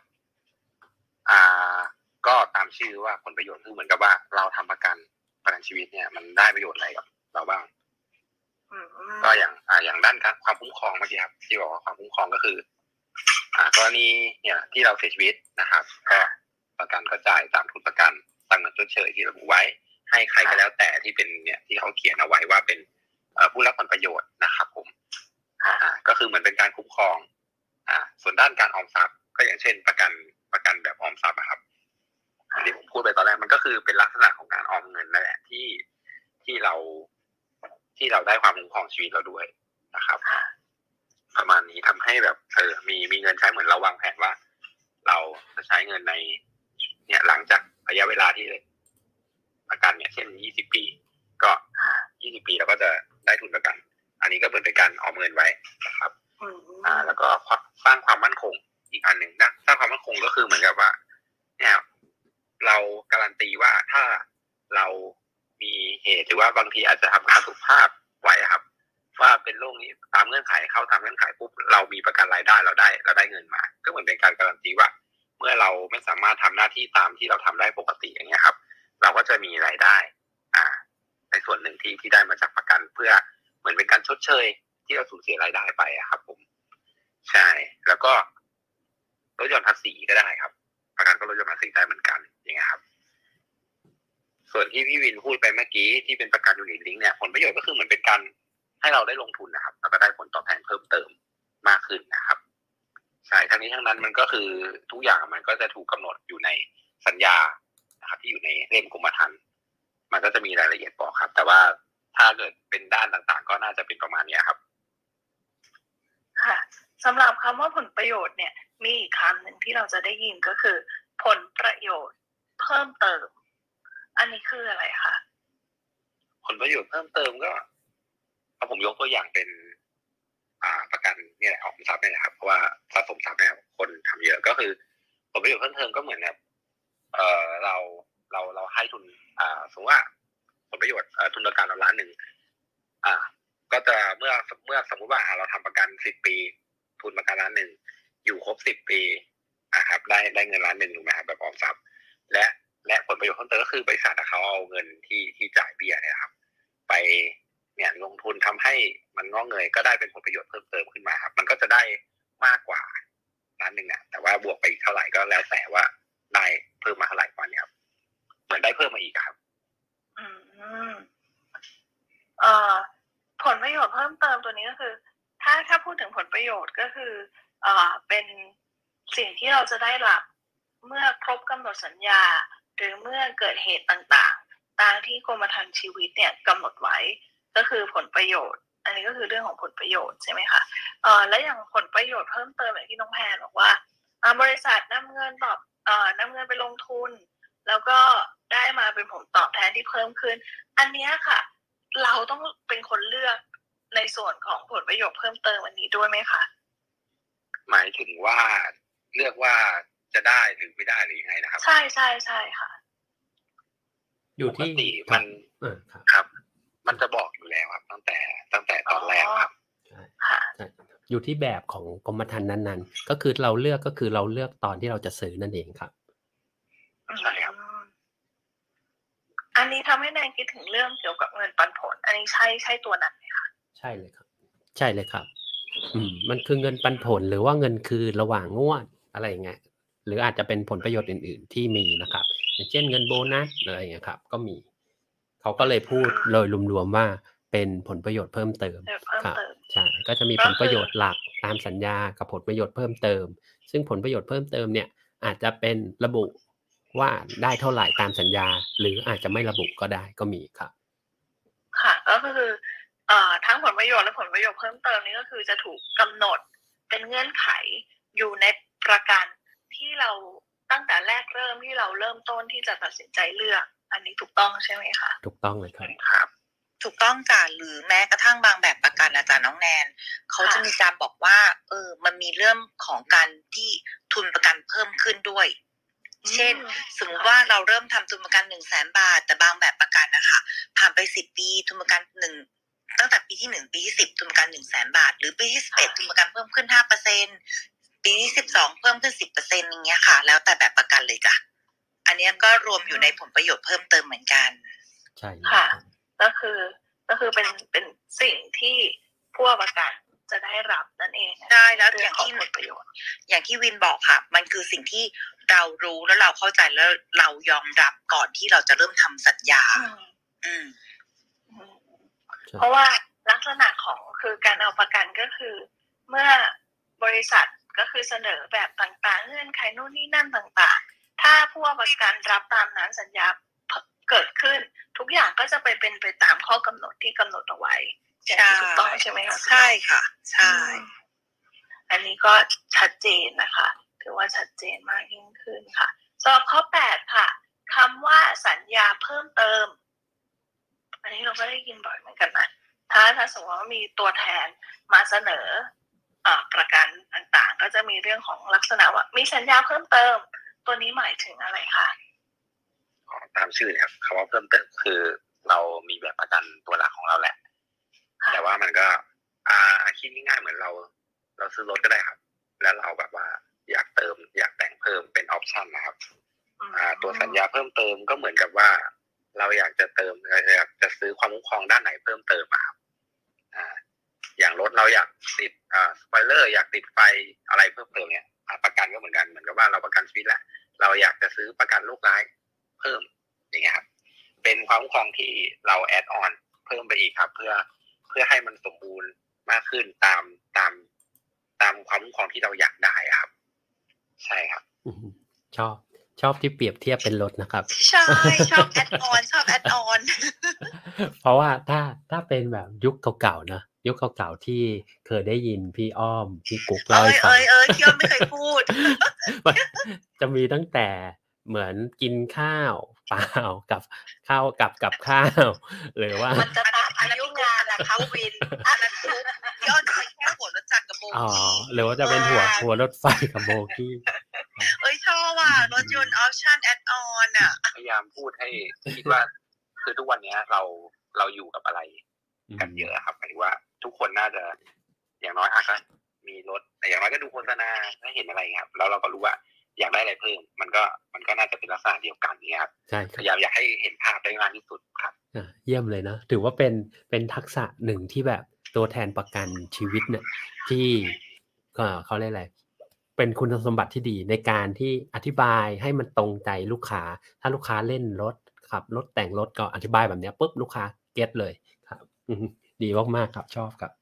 ก็ตามชื่อว่าผลประโยชน์คือเหมือนกับว่าเราทำประกันชีวิตเนี่ยมันได้ประโยชน์อะไรกับเราบ้างก็อย่างด้านความคุ้มครองเมื่อกี้ครับที่บอกว่าความคุ้มครองก็คือกรณีเนี่ยที่เราเสียชีวิตนะครับก็ประกันก็จ่ายตามทุนประกันตามเงินชดเชยที่ระบุไว้ให้ใครก็แล้วแต่ที่เป็นเนี่ยที่เขาเขียนเอาไว้ว่าเป็นผู้รับผลประโยชน์นะครับผมก็คือเหมือนเป็นการคุ้มครองส่วนด้านการออมทรัพย์ก็อย่างเช่นประกันแบบออมทรัพย์ครับที่ผมพูดไปตอนแรกมันก็คือเป็นลักษณะของการออมเงินนั่นแหละที่เราได้ความคุ้มครองชีวิตเราด้วยนะครับประมาณนี้ทำให้แบบมีเงินใช้เหมือนเราวางแผนว่าเราจะใช้เงินในเนี่ยหลังจากระยะเวลาที่ประกันเนี่ยเช่น20 ปีก็20 ปีเราก็จะได้ทุนประกันอันนี้ก็เหมือนเป็นการออมเงินไว้นะครับแล้วก็สร้างความมั่นคงอีกอันหนึ่งนะสร้างความมั่นคงก็คือเหมือนกับว่าเนี่ยเราการันตีว่าถ้าเรามีเหตุหรือว่าบางทีอาจจะทำการสุขภาพไว้ครับว่าเป็นโรคนี้ตามเงื่อนไขเข้าตามเงื่อนไขปุ๊บเรามีประกันรายได้เราได้เงินมาก็เหมือนเป็นการการันตีว่าเมื่อเราไม่สามารถทำหน้าที่ตามที่เราทำได้ปกติอย่างเงี้ยครับเราก็จะมีรายได้ในส่วนหนึ่งที่ได้มาจากประกันเพื่อเหมือนเป็นการชดเชยที่เราสูญเสียรายได้ไปครับผมใช่แล้วก็ลดหย่อนภาษีก็ได้ครับประกันก็ลดหย่อนภาษีได้เหมือนกันอย่างเงี้ยครับส่วนที่พี่วินพูดไปเมื่อกี้ที่เป็นประกันยูนิตลิงก์เนี่ยผลประโยชน์ก็คือเหมือนเป็นการให้เราได้ลงทุนนะครับแล้วก็ได้ผลตอบแทนเพิ่มเติมมากขึ้นนะครับใช่ทั้งนี้ทั้งนั้นมันก็คือทุกอย่างมันก็จะถูกกำหนดอยู่ในสัญญานะครับที่อยู่ในเล่มกรมธรรม์มันก็จะมีรายละเอียดบอกครับแต่ว่าถ้าเกิดเป็นด้านต่างๆก็น่าจะเป็นประมาณนี้ครับค่ะสำหรับคำว่าผลประโยชน์เนี่ยมีอีกคำหนึ่งที่เราจะได้ยินก็คือผลประโยชน์เพิ่มเติมอันนี้คืออะไรคะผลประโยชน์เพิ่มเติมก็ผมยกตัวอย่างเป็นประกันนี่แหละออมทรัพย์นี่แหละครับเพราะว่าสะสมทรัพย์เนี่ยคนทำเยอะก็คือผลประโยชน์เพิ่มเติมก็เหมือนแบบเราให้ทุนสมมติว่าผลประโยชน์ทุนประกันเราล้านหนึ่งก็จะเมื่อสมมุติว่าเราทำประกัน10 ปีทุนประกันล้านหนึ่งอยู่ครบ10 ปีครับได้เงินล้านหนึ่งถูกไหมครับแบบออมทรัพย์และผลประโยชน์เพิ่มเติมก็คือบริษัทเขาเอาเงินที่จ่ายเบี้ยเนี่ยครับไปเนี่ยลงทุนทำให้มันงอกเงยก็ได้เป็นผลประโยชน์เพิ่มเติมขึ้นมาครับมันก็จะได้มากกว่าล้านหนึ่งแต่ว่าบวกไปอีกเท่าไหร่ก็แล้วแต่ว่าได้เพิ่มมาเท่าไหร่กว่านี้ครับเหมือนได้เพิ่มมาอีกครับผลประโยชน์เพิ่มเติมตัวนี้ก็คือถ้าพูดถึงผลประโยชน์ก็คือเป็นสิ่งที่เราจะได้รับเมื่อครบกำหนดสัญญาหรือเมื่อเกิดเหตุต่างๆตามที่กรมธรรม์ชีวิตเนี่ยกำหนดไว้ก็คือผลประโยชน์อันนี้ก็คือเรื่องของผลประโยชน์ใช่ไหมคะและอย่างผลประโยชน์เพิ่มเติมอย่างที่น้องแพนบอกว่าบริษัทนำเงินไปลงทุนแล้วก็ได้มาเป็นผลตอบแทนที่เพิ่มขึ้นอันนี้ค่ะเราต้องเป็นคนเลือกในส่วนของผลประโยชน์เพิ่มเติมอันนี้ด้วยไหมคะหมายถึงว่าเลือกว่าจะได้หรือไม่ได้หรือยังไงนะครับใช่ค่ะอยู่ที่มันครับมันจะบอกอยู่แล้วครับตั้งแต่ตอนแรกครับค่ะอยู่ที่แบบของกรมธรรม์นั้นๆก็คือเราเลือกตอนที่เราจะซื้อนั่นเองครับใช่ครับอันนี้ทำให้แนนคิดถึงเรื่องเกี่ยวกับเงินปันผลอันนี้ใช่ตัวนั้นไหมคะใช่เลยครับมันคือเงินปันผลหรือว่าเงินคือระหว่างงวดอะไรอย่างเงี้ยหรืออาจจะเป็นผลประโยชน์อื่นๆที่มีนะครับอย่างเช่นเงินโบนัสอะไรอย่างเงี้ยครับก็มีเขาก็เลยพูดโดยรวมๆว่าเป็นผลประโยชน์เพิ่มเติมครับใช่ก็จะมีผลประโยชน์หลักตามสัญญากับผลประโยชน์เพิ่มเติมซึ่งผลประโยชน์เพิ่มเติมเนี่ยอาจจะเป็นระบุว่าได้เท่าไหร่ตามสัญญาหรืออาจจะไม่ระบุก็ได้ก็มีครับค่ะก็คือทั้งผลประโยชน์และผลประโยชน์เพิ่มเติมนี้ก็คือจะถูกกำหนดเป็นเงื่อนไขอยู่ในประกันที่เราตั้งแต่แรกเริ่มที่เราเริ่มต้นที่จะตัดสินใจเลือกอันนี้ถูกต้องใช่ไหมคะถูกต้องเลยครับถูกต้องจ้ะหรือแม้กระทั่งบางแบบประกันอาจารย์น้องแนนเขาจะมีการบอกว่ามันมีเรื่องของการที่ทุนประกันเพิ่มขึ้นด้วยเช่นสมมติว่าเราเริ่มทำทุนประกัน 100,000 บาทแต่บางแบบประกันนะคะผ่านไป10 ปีทุนประกันตั้งแต่ปีที่1ปีที่10ทุนประกัน 100,000 บาทหรือปีที่11ทุนประกันเพิ่มขึ้น 5% ปีที่12เพิ่มขึ้น 10% อย่างเงี้ยค่ะแล้วแต่แบบประกันเลยจ้ะอันนี้ก็รวมอยู่ในผลประโยชน์เพิ่มเติมเหมือนกันใช่ค่ะก็คือเป็นสิ่งที่ผู้ประกันจะได้รับนั่นเองใช่แล้วอย่างที่ผลประโยชน์อย่างที่วินบอกค่ะมันคือสิ่งที่เรารู้แล้วเราเข้าใจแล้วเรายอมรับก่อนที่เราจะเริ่มทำสัญญาเพราะว่าลักษณะของคือการเอาประกันก็คือเมื่อบริษัทก็คือเสนอแบบต่างๆเงื่อนไขนู่นนี่นั่นต่างๆถ้าผู้ประกันรับตามนั้นสัญญาเกิดขึ้นทุกอย่างก็จะเป็นไปตามข้อกำหนดที่กำหนดเอาไว้ถูกต้องใช่ไหมคะใช่ค่ะใช่อันนี้ก็ชัดเจนนะคะถือว่าชัดเจนมากยิ่งขึ้นค่ะสอบข้อ8ค่ะคำว่าสัญญาเพิ่มเติมอันนี้เราก็ได้ยินบ่อยเหมือนกันนะถ้าสมมติว่ามีตัวแทนมาเสนอประกันต่างๆก็จะมีเรื่องของลักษณะว่ามีสัญญาเพิ่มเติมตัวนี้หมายถึงอะไรคะตามชื่อนะครับคำว่าเพิ่มเติมคือเรามีแบบประกันตัวหลักของเราแหละแต่ว่ามันก็คิดง่ายๆเหมือนเราซื้อรถก็ได้ครับแล้วเราแบบว่าอยากเติมอยากแต่งเพิ่มเป็นออปชั่นนะครับตัวสัญญาเพิ่มเติมก็เหมือนกับว่าเราอยากจะเติมอยากจะซื้อความคุ้มครองด้านไหนเพิ่มเติมครับอย่างรถเราอยากติดสปอยเลอร์อยากติดไฟอะไรเพิ่มเติมเนี่ยประกันก็เหมือนกันเหมือนกับว่าเราประกันชีวิตแหละเราอยากจะซื้อประกันโรคร้ายเพิ่มอย่างเงี้ยครับเป็นความคุ้มครองที่เราแอดออนเพิ่มไปอีกครับเพื่อให้มันสมบูรณ์มากขึ้นตามความคุ้มครองที่เราอยากได้ครับใช่ครับชอบที่เปรียบเทียบเป็นรถนะครับใช่ชอบแอดออนชอบแอดออนเพราะว่าถ้าเป็นแบบยุคเก่าๆนะยุคเก่าๆที่เคยได้ยินพี่อ้อมพี่กุ๊กเล่าให้ฟังพี่อ้อมไม่เคยพูดจะมีตั้งแต่เหมือนกินข้าวเปล่ากับข้าวกับข้าวหรือว่ามันจะตามอายุงานอะเขาวินอันนั้นทุกพี่อ้อมใช้แค่หัวรถจักรกับโบกี้หรือว่าจะเป็นหัวรถไฟกับโบกี้ชอบว่ะรถยนต์ออปชั่นแอดออนอ่ะพยายามพูดให้คิดว่าคือทุกวันนี้เราอยู่กับอะไรกันเยอะครับหมายถึงว่าทุกคนน่าจะอย่างน้อยก็มีรถแต่อย่างน้อยก็ดูโฆษณาถ้าเห็นอะไรครับแล้วเราก็รู้ว่าอยากได้อะไรเพิ่มมันก็น่าจะเป็นลักษณะเดียวกันนี่ครับใช่พยายามอยากให้เห็นภาพได้มากที่สุดครับเยี่ยมเลยนะถือว่าเป็นทักษะหนึ่งที่แบบตัวแทนประกันชีวิตเนี่ยที่เขาเรียกอะไรเป็นคุณสมบัติที่ดีในการที่อธิบายให้มันตรงใจลูกค้าถ้าลูกค้าเล่นรถขับรถแต่งรถก็อธิบายแบบนี้ปุ๊บลูกค้าเก็ตเลยครับดีมากๆครับชอบครับ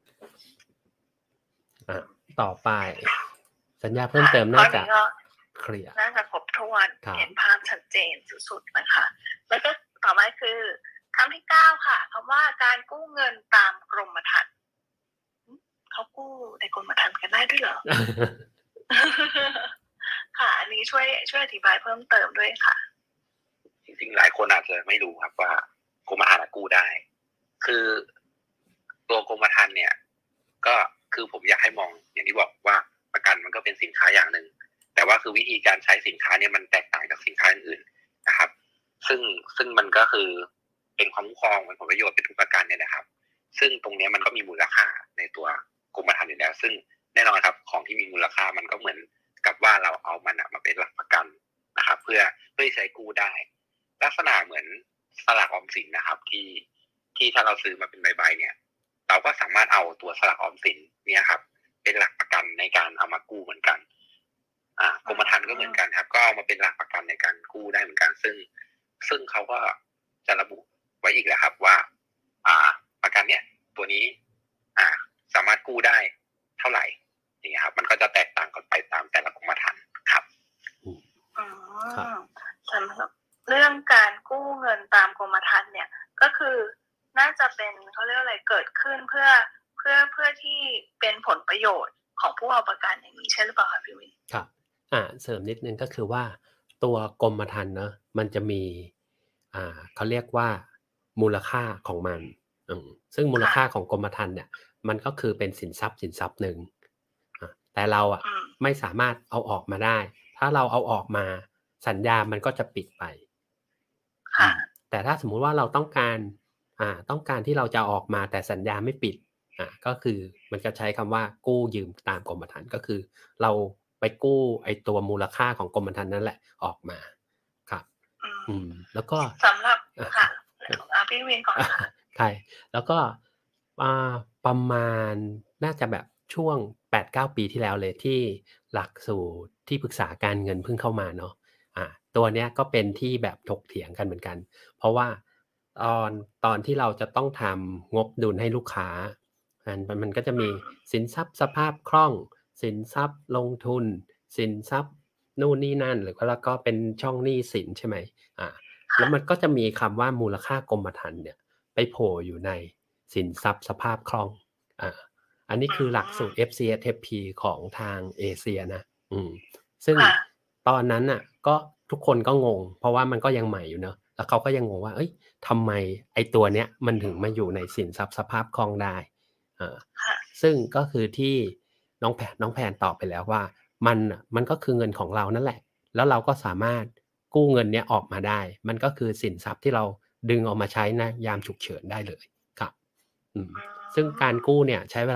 ต่อไปสัญญาเพิ่มเติมน่าจะเคลียร์น่าจะครบถ้วนเห็นภาพชัดเจนสุดๆนะคะแล้วก็ต่อมาคือคำที่9ค่ะคำว่าการกู้เงินตามกรมธรรม์เขากู้ในกรมธรรม์กันได้ด้วยเหรอ ค่ะอันนี้ช่วยอธิบายเพิ่มเติมด้วยค่ะจริงๆหลายคนอาจจะไม่รู้ครับว่ากรมธรรม์กู้ได้คือตัวกรมธรรม์เนี่ยก็คือผมอยากให้มองอย่างที่บอกว่าประกันมันก็เป็นสินค้าอย่างหนึ่งแต่ว่าคือวิธีการใช้สินค้าเนี่ยมันแตกต่างจากสินค้าอื่นๆนะครับซึ่งมันก็คือเป็นความคุ้มครองเป็นผลประโยชน์เป็นทุกประกันเนี่ยนะครับซึ่งตรงนี้มันก็มีมูลค่าในตัวกรมธรรม์อยู่แล้วซึ่งแน่นอนครับของที่มีมูลค่ามันก็เหมือนกับว่าเราเอามันมาเป็นหลักประกันนะครับเพื่อใช้กู้ได้ลักษณะเหมือนสลากออมสินนะครับที่ถ้าเราซื้อมาเป็นใบๆเนี่ยเราก็สามารถเอาตัวสลากออมสินเนี่ยครับเป็นหลักประกันในการเอามากู้เหมือนกันกรมธรรม์ก็เหมือนกันครับก็เอามาเป็นหลักประกันในการกู้ได้เหมือนกันซึ่งเขาก็จะระบุไว้อีกแล้วครับว่าประกันเนี่ยตัวนี้สามารถกู้ได้เท่าไหร่อย่างเงี้ยครับมันก็จะแตกต่างกันไปตามแต่ละกรมธรรม์ครับสำหรับเรื่องการกู้เงินตามกรมธรรม์เนี่ยก็คือน่าจะเป็นเขาเรียกอะไรเกิดขึ้นเพื่อที่เป็นผลประโยชน์ของผู้เอาประกันอย่างนี้ใช่หรือเปล่าคะพี่วินครับเสริมนิดนึงก็คือว่าตัวกรมธรรม์เนอะมันจะมีเขาเรียกว่ามูลค่าของมันซึ่งมูลค่าของกรมธรรม์เนี่ยมันก็คือเป็นสินทรัพย์หนึ่งแต่เราไม่สามารถเอาออกมาได้ถ้าเราเอาออกมาสัญญามันก็จะปิดไปแต่ถ้าสมมุติว่าเราต้องการที่เราจะออกมาแต่สัญญาไม่ปิดก็คือมันจะใช้คำว่ากู้ยืมตามกรมธรรม์ก็คือเราไปกู้ไอ้ตัวมูลค่าของกรมธรรม์นั่นแหละออกมาครับแล้วก็สำหรับค่ะพี่วินก่อนค่ะใช่แล้วก็ประมาณน่าจะแบบช่วง 8-9 ปีที่แล้วเลยที่หลักสูตรที่ปรึกษาการเงินเพิ่งเข้ามาเนาะตัวเนี้ยก็เป็นที่แบบถกเถียงกันเหมือนกันเพราะว่าตอนที่เราจะต้องทำงบดุลให้ลูกค้ามันก็จะมีสินทรัพย์สภาพคล่องสินทรัพย์ลงทุนสินทรัพย์นู่นนี่นั่นหรือแล้วก็เป็นช่องหนี้สินใช่ไหมแล้วมันก็จะมีคำว่ามูลค่ากรมธรรม์เนี่ยไปโผล่อยู่ในสินทรัพย์สภาพคล่องอันนี้คือหลักสูตร FCSFP ของทางเอเชียนะซึ่งตอนนั้นน่ะก็ทุกคนก็งงเพราะว่ามันก็ยังใหม่อยู่เนอะแล้วเขาก็ยังงงว่าเอ้ยทำไมไอ้ตัวเนี้ยมันถึงมาอยู่ในสินทรัพย์สภาพคล่องได้ซึ่งก็คือที่น้องแพนตอบไปแล้วว่ามันก็คือเงินของเรานั่นแหละแล้วเราก็สามารถกู้เงินเนี้ยออกมาได้มันก็คือสินทรัพย์ที่เราดึงออกมาใช้นะยามฉุกเฉินได้เลยครับซึ่งการกู้เนี่ยใช้เวลาแบบ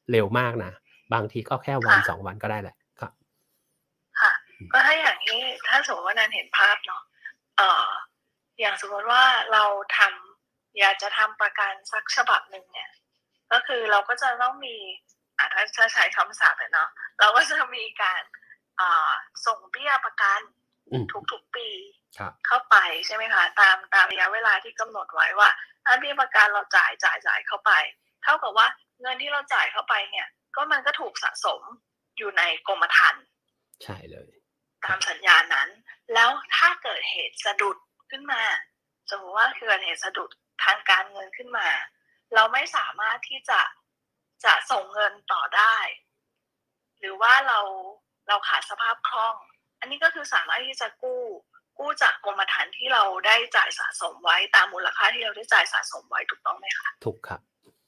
เร็วมากนะบางทีก็แค่วัน2 วันก็ได้แหละครับค่ะก็ถ้าอย่างนี้ถ้าสมมติว่านันเห็นภาพเนาะอย่างสมมติว่าเราอยากจะทำประกันสักฉบับหนึ่งเนี่ยก็คือเราก็จะต้องมีถ้าจะใช้คำศัพท์เนาะเราก็จะมีการส่งเบี้ยประกันทุกๆปีเข้าไปใช่ไหมคะตามระยะเวลาที่กำหนดไว้ว่าถ้าเบี้ยประกันเราจ่ายเข้าไปเท่ากับว่าเงินที่เราจ่ายเข้าไปเนี่ยก็มันก็ถูกสะสมอยู่ในกรมธรรม์ใช่เลยตามสัญญานั้นแล้วถ้าเกิดเหตุสะดุดขึ้นมาสมมติว่าเกิดเหตุสะดุดทางการเงินขึ้นมาเราไม่สามารถที่จะส่งเงินต่อได้หรือว่าเราขาดสภาพคล่องอันนี้ก็คือสามารถที่จะกู้จากกรมธรรม์ที่เราได้จ่ายสะสมไว้ตามมูลค่าที่เราได้จ่ายสะสมไว้ถูกต้องไหมคะถูกครับ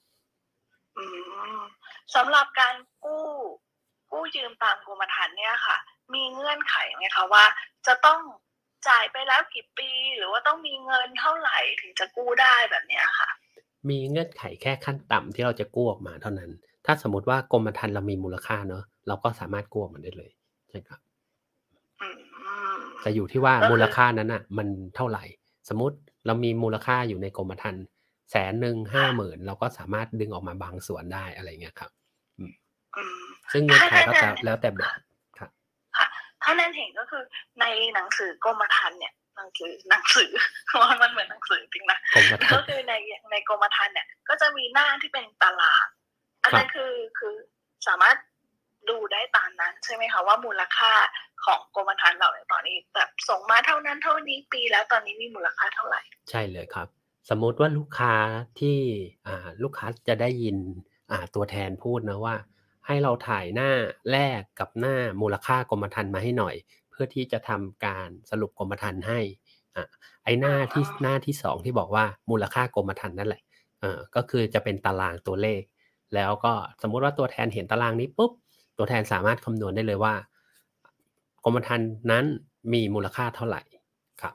สำหรับการกู้ยืมตามกรมธรรม์เนี่ยค่ะมีเงื่อนไขไหมคะว่าจะต้องจ่ายไปแล้วกี่ปีหรือว่าต้องมีเงินเท่าไหร่ถึงจะกู้ได้แบบนี้ค่ะมีเงื่อนไขแค่ขั้นต่ำที่เราจะกู้ออกมาเท่านั้นถ้าสมมติว่ากรมธรรม์เรามีมูลค่าเนอะเราก็สามารถกู้ออกมาได้เลยใช่ครับจะอยู่ที่ว่ามูลค่านั้นอ่ะมันเท่าไหร่สมมติเรามีมูลค่าอยู่ในกรมธรรม์150,000 เราก็สามารถดึงออกมาบางส่วนได้อะไรเงี้ยครับซึ่งเงื่อนไขก็จะแล้วแต่แบบครับค่ะถ้านั่นเห็นก็คือในหนังสือกรมธรรม์เนี่ยหนังสือว่ามันเหมือนหนังสือจริงนะก็คือในกรมธรรม์เนี่ยก็จะมีหน้าที่เป็นตารางอันนั้นคือสามารถดูได้ตามนั้นใช่ไหมคะว่ามูลค่าของกรมธรรม์เราตอนนี้แบบส่งมาเท่านั้นเท่านี้ปีแล้วตอนนี้มีมูลค่าเท่าไหร่ใช่เลยครับสมมติว่าลูกค้าที่ลูกค้าจะได้ยินตัวแทนพูดนะว่าให้เราถ่ายหน้าแรกกับหน้ามูลค่ากรมธรรม์มาให้หน่อยเพื่อที่จะทำการสรุปกรมธรรม์ให้ไอ้หน้าที่2ที่บอกว่ามูลค่ากรมธรรม์นั่นแหละก็คือจะเป็นตารางตัวเลขแล้วก็สมมุติว่าตัวแทนเห็นตารางนี้ปุ๊บตัวแทนสามารถคำนวณได้เลยว่ากรมธรรม์นั้นมีมูลค่าเท่าไหร่ครับ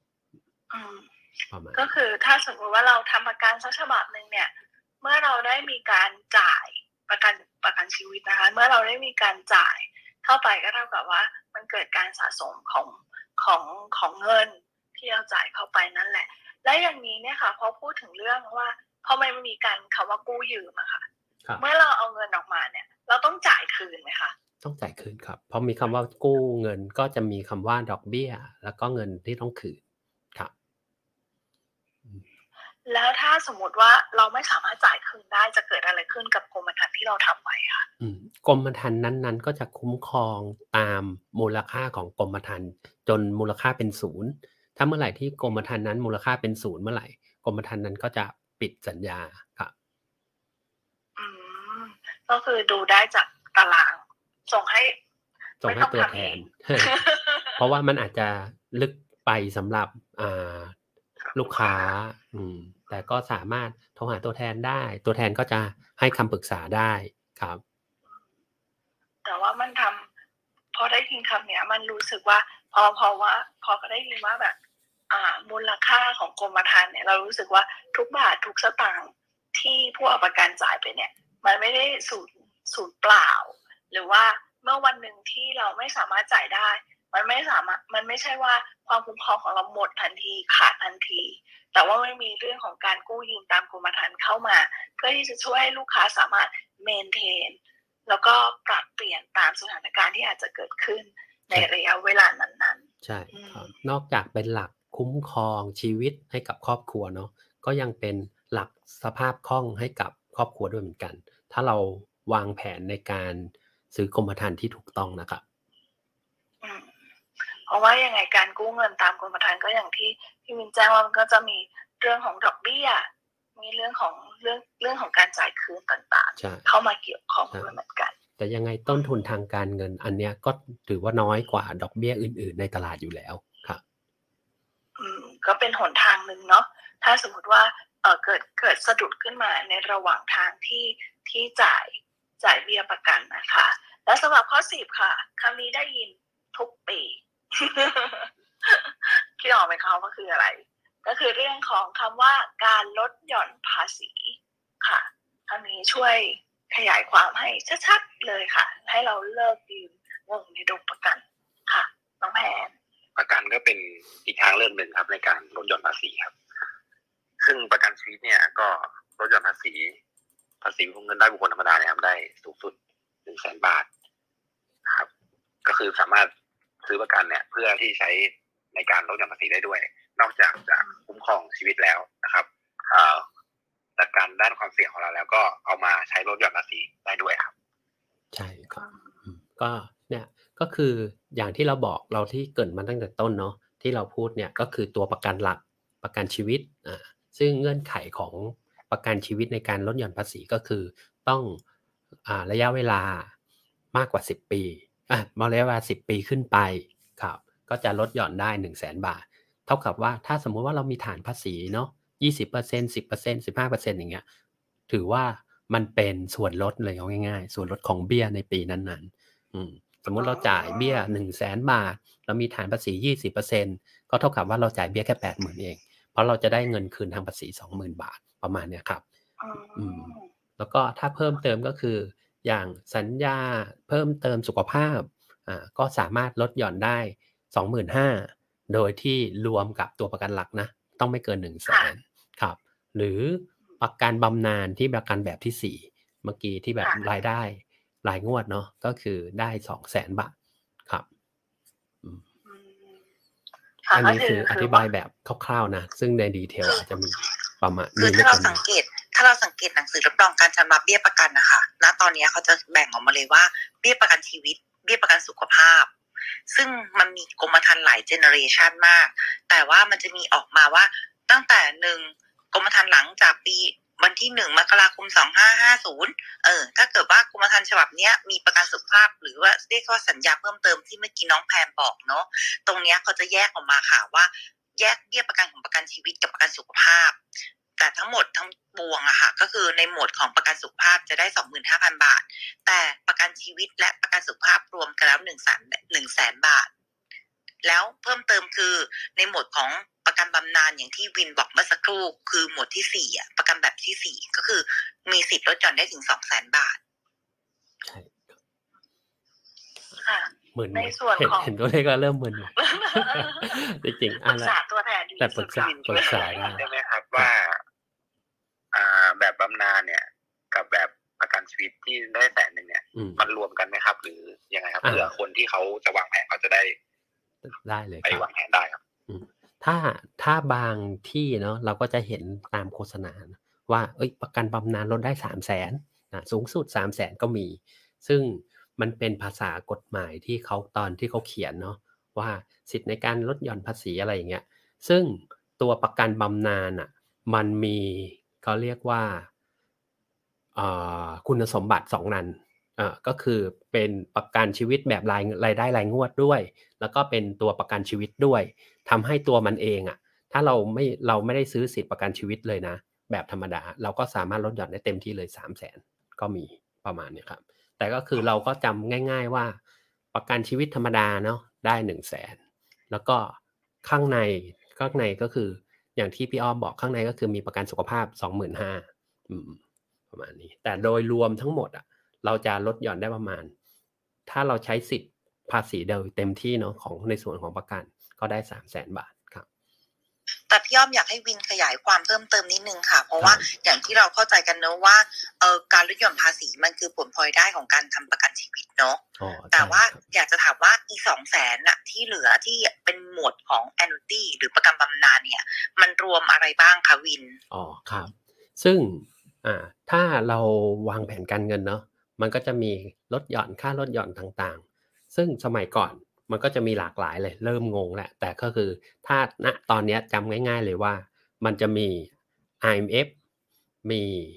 ก็คือถ้าสมมติว่าเราทำประกันสักฉบับนึงเนี่ยเมื่อเราได้มีการจ่ายประกันชีวิตนะคะเมื่อเราได้มีการจ่ายเข้าไปก็เท่ากับว่ามันเกิดการสะสมของเงินที่เราจ่ายเข้าไปนั่นแหละและอย่างนี้เนี่ยค่ะพอพูดถึงเรื่องว่าพอมันมีการคำว่ากู้ยืมอะค่ะเมื่อเราเอาเงินออกมาเนี่ยเราต้องจ่ายคืนไหมคะต้องจ่ายคืนครับเพราะมีคำว่ากู้เงินก็จะมีคำว่าดอกเบี้ยแล้วก็เงินที่ต้องคืนครับแล้วถ้าสมมติว่าเราไม่สามารถจ่ายคืนได้จะเกิดอะไรขึ้นกับกรมธรรม์ที่เราทำไว้ค่ะกรมธรรม์นั้นๆก็จะคุ้มครองตามมูลค่าของกรมธรรม์จนมูลค่าเป็น0ถ้าเมื่อไหร่ที่กรมธรรม์นั้นมูลค่าเป็น0เมื่อไหร่กรมธรรม์นั้นก็จะปิดสัญญาครับก็คือดูได้จากตารางส่งให้ตัวแทน เพราะว่ามันอาจจะลึกไปสำหรับลูกค้าแต่ก็สามารถโทรหาตัวแทนได้ตัวแทนก็จะให้คำปรึกษาได้ครับแต่ว่ามันพอได้ยินคำเนี้ยมันรู้สึกว่าพอก็ได้ยินว่าแบบมูลค่าของกรมธรรม์เนี่ยเรารู้สึกว่าทุกบาททุกสตางค์ที่ผู้เอาประกันจ่ายไปเนี่ยมันไม่ได้สูญเปล่าหรือว่าเมื่อวันหนึ่งที่เราไม่สามารถจ่ายได้มันไม่ใช่ว่าความคุ้มครองของเราหมดทันทีขาดทันทีแต่ว่าไม่มีเรื่องของการกู้ยืมตามกรมธรรม์เข้ามาเพื่อที่จะช่วยให้ลูกค้าสามารถเมนเทนแล้วก็ปรับเปลี่ยนตามสถานการณ์ที่อาจจะเกิดขึ้นในระยะเวลานั้นๆใช่ครับนอกจากเป็นหลักคุ้มครองชีวิตให้กับครอบครัวเนาะก็ยังเป็นหลักสภาพคล่องให้กับครอบครัวด้วยเหมือนกันถ้าเราวางแผนในการซื้อกรมธรรม์ที่ถูกต้องนะครับเพราะว่ายังไงการกู้เงินตามกรมธรรม์ก็อย่างที่พี่มินแจ้งว่ามันก็จะมีเรื่องของดอกเบี้ยมีเรื่องของการจ่ายคืนต่างๆเข้ามาเกี่ยวข้องด้วยเหมือนกันแต่ยังไงต้นทุนทางการเงินอันเนี้ยก็ถือว่าน้อยกว่าดอกเบี้ยอื่นๆในตลาดอยู่แล้วครับก็เป็นหนทางนึงเนาะถ้าสมมติว่าเกิดสะดุดขึ้นมาในระหว่างทางที่จ่ายเบี้ยประกันนะคะและสำหรับข้อ10ค่ะคำนี้ได้ยินทุกปีคิดออกไหมคะว่าคืออะไรก็คือเรื่องของคำว่าการลดหย่อนภาษีค่ะคำนี้ช่วยขยายความให้ชัดๆเลยค่ะให้เราเลิกยืนงงในดงประกันค่ะน้องแพนประกันก็เป็นอีกทางเลือกหนึ่งครับในการลดหย่อนภาษีครับซึ่งประกันชีวิตเนี่ยก็ลดหย่อนภาษีวงเงินได้บุคคลธรรมดาเนี่ยครับได้สูงสุด 100,000 บาทนะครับก็คือสามารถซื้อประกันเนี่ยเพื่อที่ใช้ในการลดหย่อนภาษีได้ด้วยนอกจากจะคุ้มครองชีวิตแล้วนะครับประกันด้านความเสี่ยงของเราแล้วก็เอามาใช้ลดหย่อนภาษีได้ด้วยครับใช่ครับก็เนี่ยก็คืออย่างที่เราบอกเราที่เกริ่นมาตั้งแต่ต้นเนาะที่เราพูดเนี่ยก็คือตัวประกันหลักประกันชีวิตซึ่งเงื่อนไขของประกันชีวิตในการลดหย่อนภาษีก็คือต้องระยะเวลามากกว่า10 ปีระยะเวลา10 ปีขึ้นไปครับก็จะลดหย่อนได้ 100,000 บาทเท่ากับว่าถ้าสมมุติว่าเรามีฐานภาษีเนาะ 20% 10% 15% อย่างเงี้ยถือว่ามันเป็นส่วนลดเลยเอาง่ายๆส่วนลดของเบี้ยในปีนั้นๆสมมุติเราจ่ายเบี้ย 100,000 บาทเรามีฐานภาษี 20% ก็เท่ากับว่าเราจ่ายเบี้ยแค่ 80,000 เองเพราะเราจะได้เงินคืนทางภาษี 20,000 บาทประมาณเนี้ยครับแล้วก็ถ้าเพิ่มเติมก็คืออย่างสัญญาเพิ่มเติมสุขภาพก็สามารถลดหย่อนได้ 25,000 โดยที่รวมกับตัวประกันหลักนะต้องไม่เกิน 100,000 ครับหรือประกันบำนาญที่ประกันแบบที่4เมื่อกี้ที่แบบรายได้รายงวดเนาะก็คือได้ 200,000 บาทครับอันนี้คืออธิบายแบบคร่าวๆนะซึ่งในดีเทลอาจจะมีประมาณคือถ้าเราสังเกตหนังสือรับรองการชำระเบี้ยประกันนะคะณตอนนี้เขาจะแบ่งออกมาเลยว่าเบี้ยประกันชีวิตเบี้ยประกันสุขภาพซึ่งมันมีกรมธรรม์หลายเจเนอเรชันมากแต่ว่ามันจะมีออกมาว่าตั้งแต่กรมธรรม์หลังจากปีวันที่1 มกราคม 2550ถ้าเกิดว่ากรมธรรม์ฉบับนี้มีประกันสุขภาพหรือว่าเรียกว่าสัญญาเพิ่มเติมที่เมื่อกี้น้องแพมบอกเนาะตรงนี้เขาจะแยกออกมาค่ะว่าแยกเบี้ยประกันของประกันชีวิตกับประกันสุขภาพแต่ทั้งหมดทั้งปวงอะค่ะก็คือในหมวดของประกันสุขภาพจะได้ 25,000 บาทแต่ประกันชีวิตและประกันสุขภาพรวมกันแล้ว 100,000 บาทแล้วเพิ่มเติมคือในหมวดของประกันบำนาญอย่างที่วินบอกเมื่อสักครู่คือหมวดที่4ประกันแบบที่4ก็คือมีสิทธิ์ลดหย่อนได้ถึง 200,000 บาทใช่ค่ะเหมือนในส่วนของเห็นตัวเลขก็เริ่มมึนจริงๆปรึกษาตัวแทนแต่ปรึกษาได้ไหมครับว่าแบบบำนาญเนี่ยกับแบบประกันชีวิตที่ได้100,000เนี่ยมันรวมกันไหมครับหรือยังไงครับเผื่อคนที่เขาจะวางแผนเขาจะได้เลยไปวางแผนได้ครับถ้าบางที่เนาะเราก็จะเห็นตามโฆษณาว่าประกันบำนาญลดได้ 300,000 สูงสุด 300,000 ก็มีซึ่งมันเป็นภาษากฎหมายที่เขาตอนที่เขาเขียนเนาะว่าสิทธิในการลดหย่อนภาษีอะไรอย่างเงี้ยซึ่งตัวประกันบำนาญมันมีเขาเรียกว่าคุณสมบัติ2นั้นก็คือเป็นประกันชีวิตแบบรายได้รายงวดด้วยแล้วก็เป็นตัวประกันชีวิตด้วยทำให้ตัวมันเองถ้าเราไม่ได้ซื้อสิทธิประกันชีวิตเลยนะแบบธรรมดาเราก็สามารถลดหย่อนได้เต็มที่เลย 300,000 ก็มีประมาณนี้ครับแต่ก็คือเราก็จำง่ายๆว่าประกันชีวิตธรรมดาเนาะได้ 100,000 แล้วก็ข้างในก็คืออย่างที่พี่อ้อมบอกข้างในก็คือมีประกันสุขภาพ 25,000 ประมาณนี้แต่โดยรวมทั้งหมดเราจะลดหย่อนได้ประมาณถ้าเราใช้สิทธิภาษีโดยเต็มที่เนาะของในส่วนของประกันก็ได้ 300,000 บาทครับแต่พี่อ้อมอยากให้วินขยายความเพิ่มเติมนิดนึงค่ะเพราะว่าอย่างที่เราเข้าใจกันเนอะว่าการลดหย่อนภาษีมันคือผลพลอยได้ของการทำประกันชีวิตเนาะแต่ว่าอยากจะถามว่าอีก 200,000 ที่เหลือที่เป็นหมวดของ annuity หรือประกันบำนาญเนี่ยมันรวมอะไรบ้างคะวินครับซึ่งถ้าเราวางแผนการเงินเนาะมันก็จะมีลดหย่อนค่าลดหย่อนต่างๆซึ่งสมัยก่อนมันก็จะมีหลากหลายเลยเริ่มงงแหละแต่ก็คือถ้าณตอนนี้จำง่ายๆเลยว่ามันจะมี IMF มี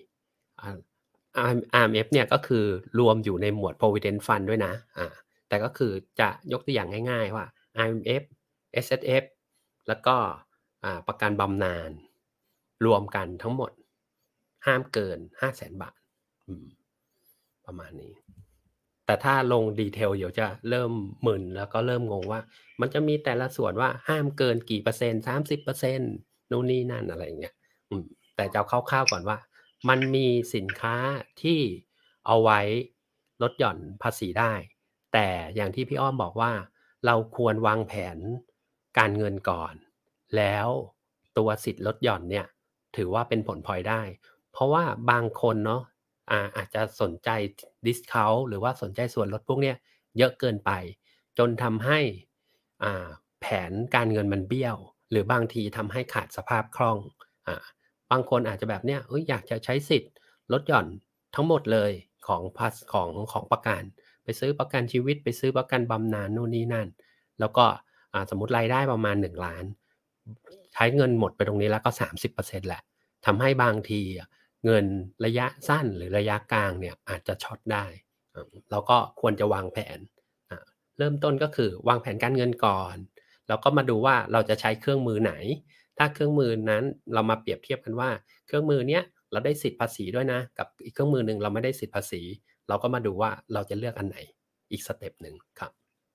IMF เนี่ยก็คือรวมอยู่ในหมวด Provident Fund ด้วยนะแต่ก็คือจะยกตัวอย่างง่ายๆว่า IMF SSF แล้วก็ประกันบำนาญรวมกันทั้งหมดห้ามเกิน 500,000 บาทประมาณนี้แต่ถ้าลงดีเทลเดี๋ยวจะเริ่มมึนแล้วก็เริ่มงงว่ามันจะมีแต่ละส่วนว่าห้ามเกินกี่เปอร์เซ็นต์ 30% นู่นนี่นั่นอะไรอย่างเงี้ยแต่จะเอาคร่าวๆก่อนว่ามันมีสินค้าที่เอาไว้ลดหย่อนภาษีได้แต่อย่างที่พี่อ้อมบอกว่าเราควรวางแผนการเงินก่อนแล้วตัวสิทธิ์ลดหย่อนเนี่ยถือว่าเป็นผลพลอยได้เพราะว่าบางคนเนาะอาจจะสนใจ discount หรือว่าสนใจส่วนลดพวกเนี้ยเยอะเกินไปจนทำให้แผนการเงินมันเบี้ยวหรือบางทีทำให้ขาดสภาพคล่องบางคนอาจจะแบบเนี้ยอยากจะใช้สิทธิ์ลดหย่อนทั้งหมดเลยของประกันไปซื้อประกันชีวิตไปซื้อประกันบำนาญนู่นนี่นั่นแล้วก็สมมุติรายได้ประมาณ1ล้านใช้เงินหมดไปตรงนี้แล้วก็ 30% แหละทำให้บางทีเงินระยะสั้นหรือระยะกลางเนี่ยอาจจะช็อตได้แล้วก็ควรจะวางแผนเริ่มต้นก็คือวางแผนการเงินก่อนแล้วก็มาดูว่าเราจะใช้เครื่องมือไหนถ้าเครื่องมือนั้นเรามาเปรียบเทียบกันว่าเครื่องมือเนี้ยเราได้สิทธิภาษีด้วยนะกับอีกเครื่องมือนึงเราไม่ได้สิทธิภาษีเราก็มาดูว่าเราจะเลือกอันไหนอีกสเต็ปหนึ่งครับ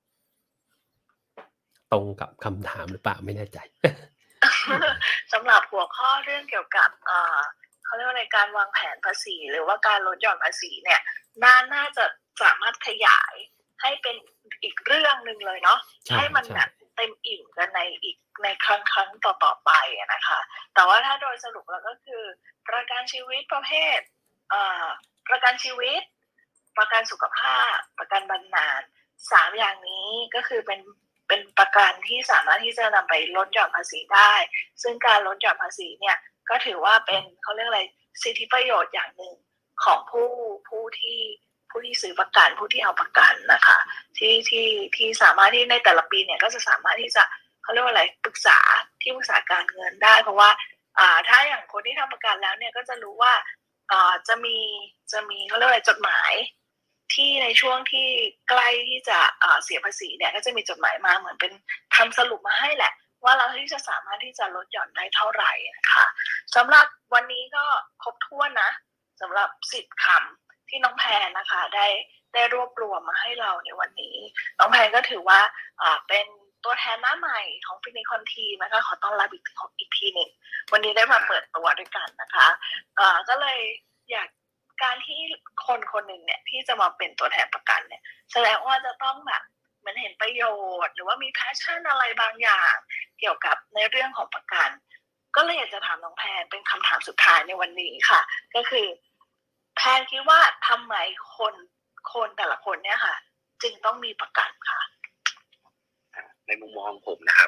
ตรงกับคำถามหรือเปล่าไม่แน่ใจสำหรับหัวข้อเรื่องเกี่ยวกับเขาเรียกว่าอะไรการวางแผนภาษีหรือว่าการลดหย่อนภาษีเนี่ยน่าจะสามารถขยายให้เป็นอีกเรื่องนึงเลยเนาะให้มันแบบเต็มอิ่มกันในครั้งต่อไปนะคะแต่ว่าถ้าโดยสรุปแล้วก็คือประกันชีวิตประเภทประกันชีวิตประกันสุขภาพประกันบำนาญ3อย่างนี้ก็คือเป็นประกันที่สามารถที่จะนำไปลดหย่อนภาษีได้ซึ่งการลดหย่อนภาษีเนี่ยก็ถือว่าเป็นเขาเรียกอะไรสิทธิประโยชน์อย่างหนึ่งของผู้ที่ซื้อประกันผู้ที่เอาประกันนะคะที่สามารถที่ในแต่ละปีเนี่ยก็จะสามารถที่จะเขาเรียกว่าอะไรปรึกษาที่ปรึกษาการเงินได้เพราะว่าถ้าอย่างคนที่ทำประกันแล้วเนี่ยก็จะรู้ว่าจะมีเขาเรียกว่าอะไรจดหมายที่ในช่วงที่ใกล้ที่จะเสียภาษีเนี่ยก็จะมีจดหมายมาเหมือนเป็นทำสรุปมาให้แหละว่าเราที่จะสามารถที่จะลดหย่อนได้เท่าไหร่นะคะสำหรับวันนี้ก็ครบถ้วนนะสำหรับ10 คำที่น้องแพนนะคะได้รวบรวมมาให้เราในวันนี้น้องแพนก็ถือว่าเป็นตัวแทนหน้าใหม่ของฟินิคอนทีนะคะขอต้อนรับอีกทีหนึ่งวันนี้ได้มาเปิดตัวด้วยกันนะคะก็เลยอยากการที่คนหนึ่งเนี่ยที่จะมาเป็นตัวแทนประกันเนี่ยแสดงว่าจะต้องแบบเหมือนเห็นประโยชน์หรือว่ามีแพชชั่นอะไรบางอย่างเกี่ยวกับในเรื่องของประกันก็เลยอยากจะถามน้องแพนเป็นคำถามสุดท้ายในวันนี้ค่ะก็คือแพนคิดว่าทำไมคนแต่ละคนเนี่ยค่ะจึงต้องมีประกันค่ะในมุมมองของผมนะครับ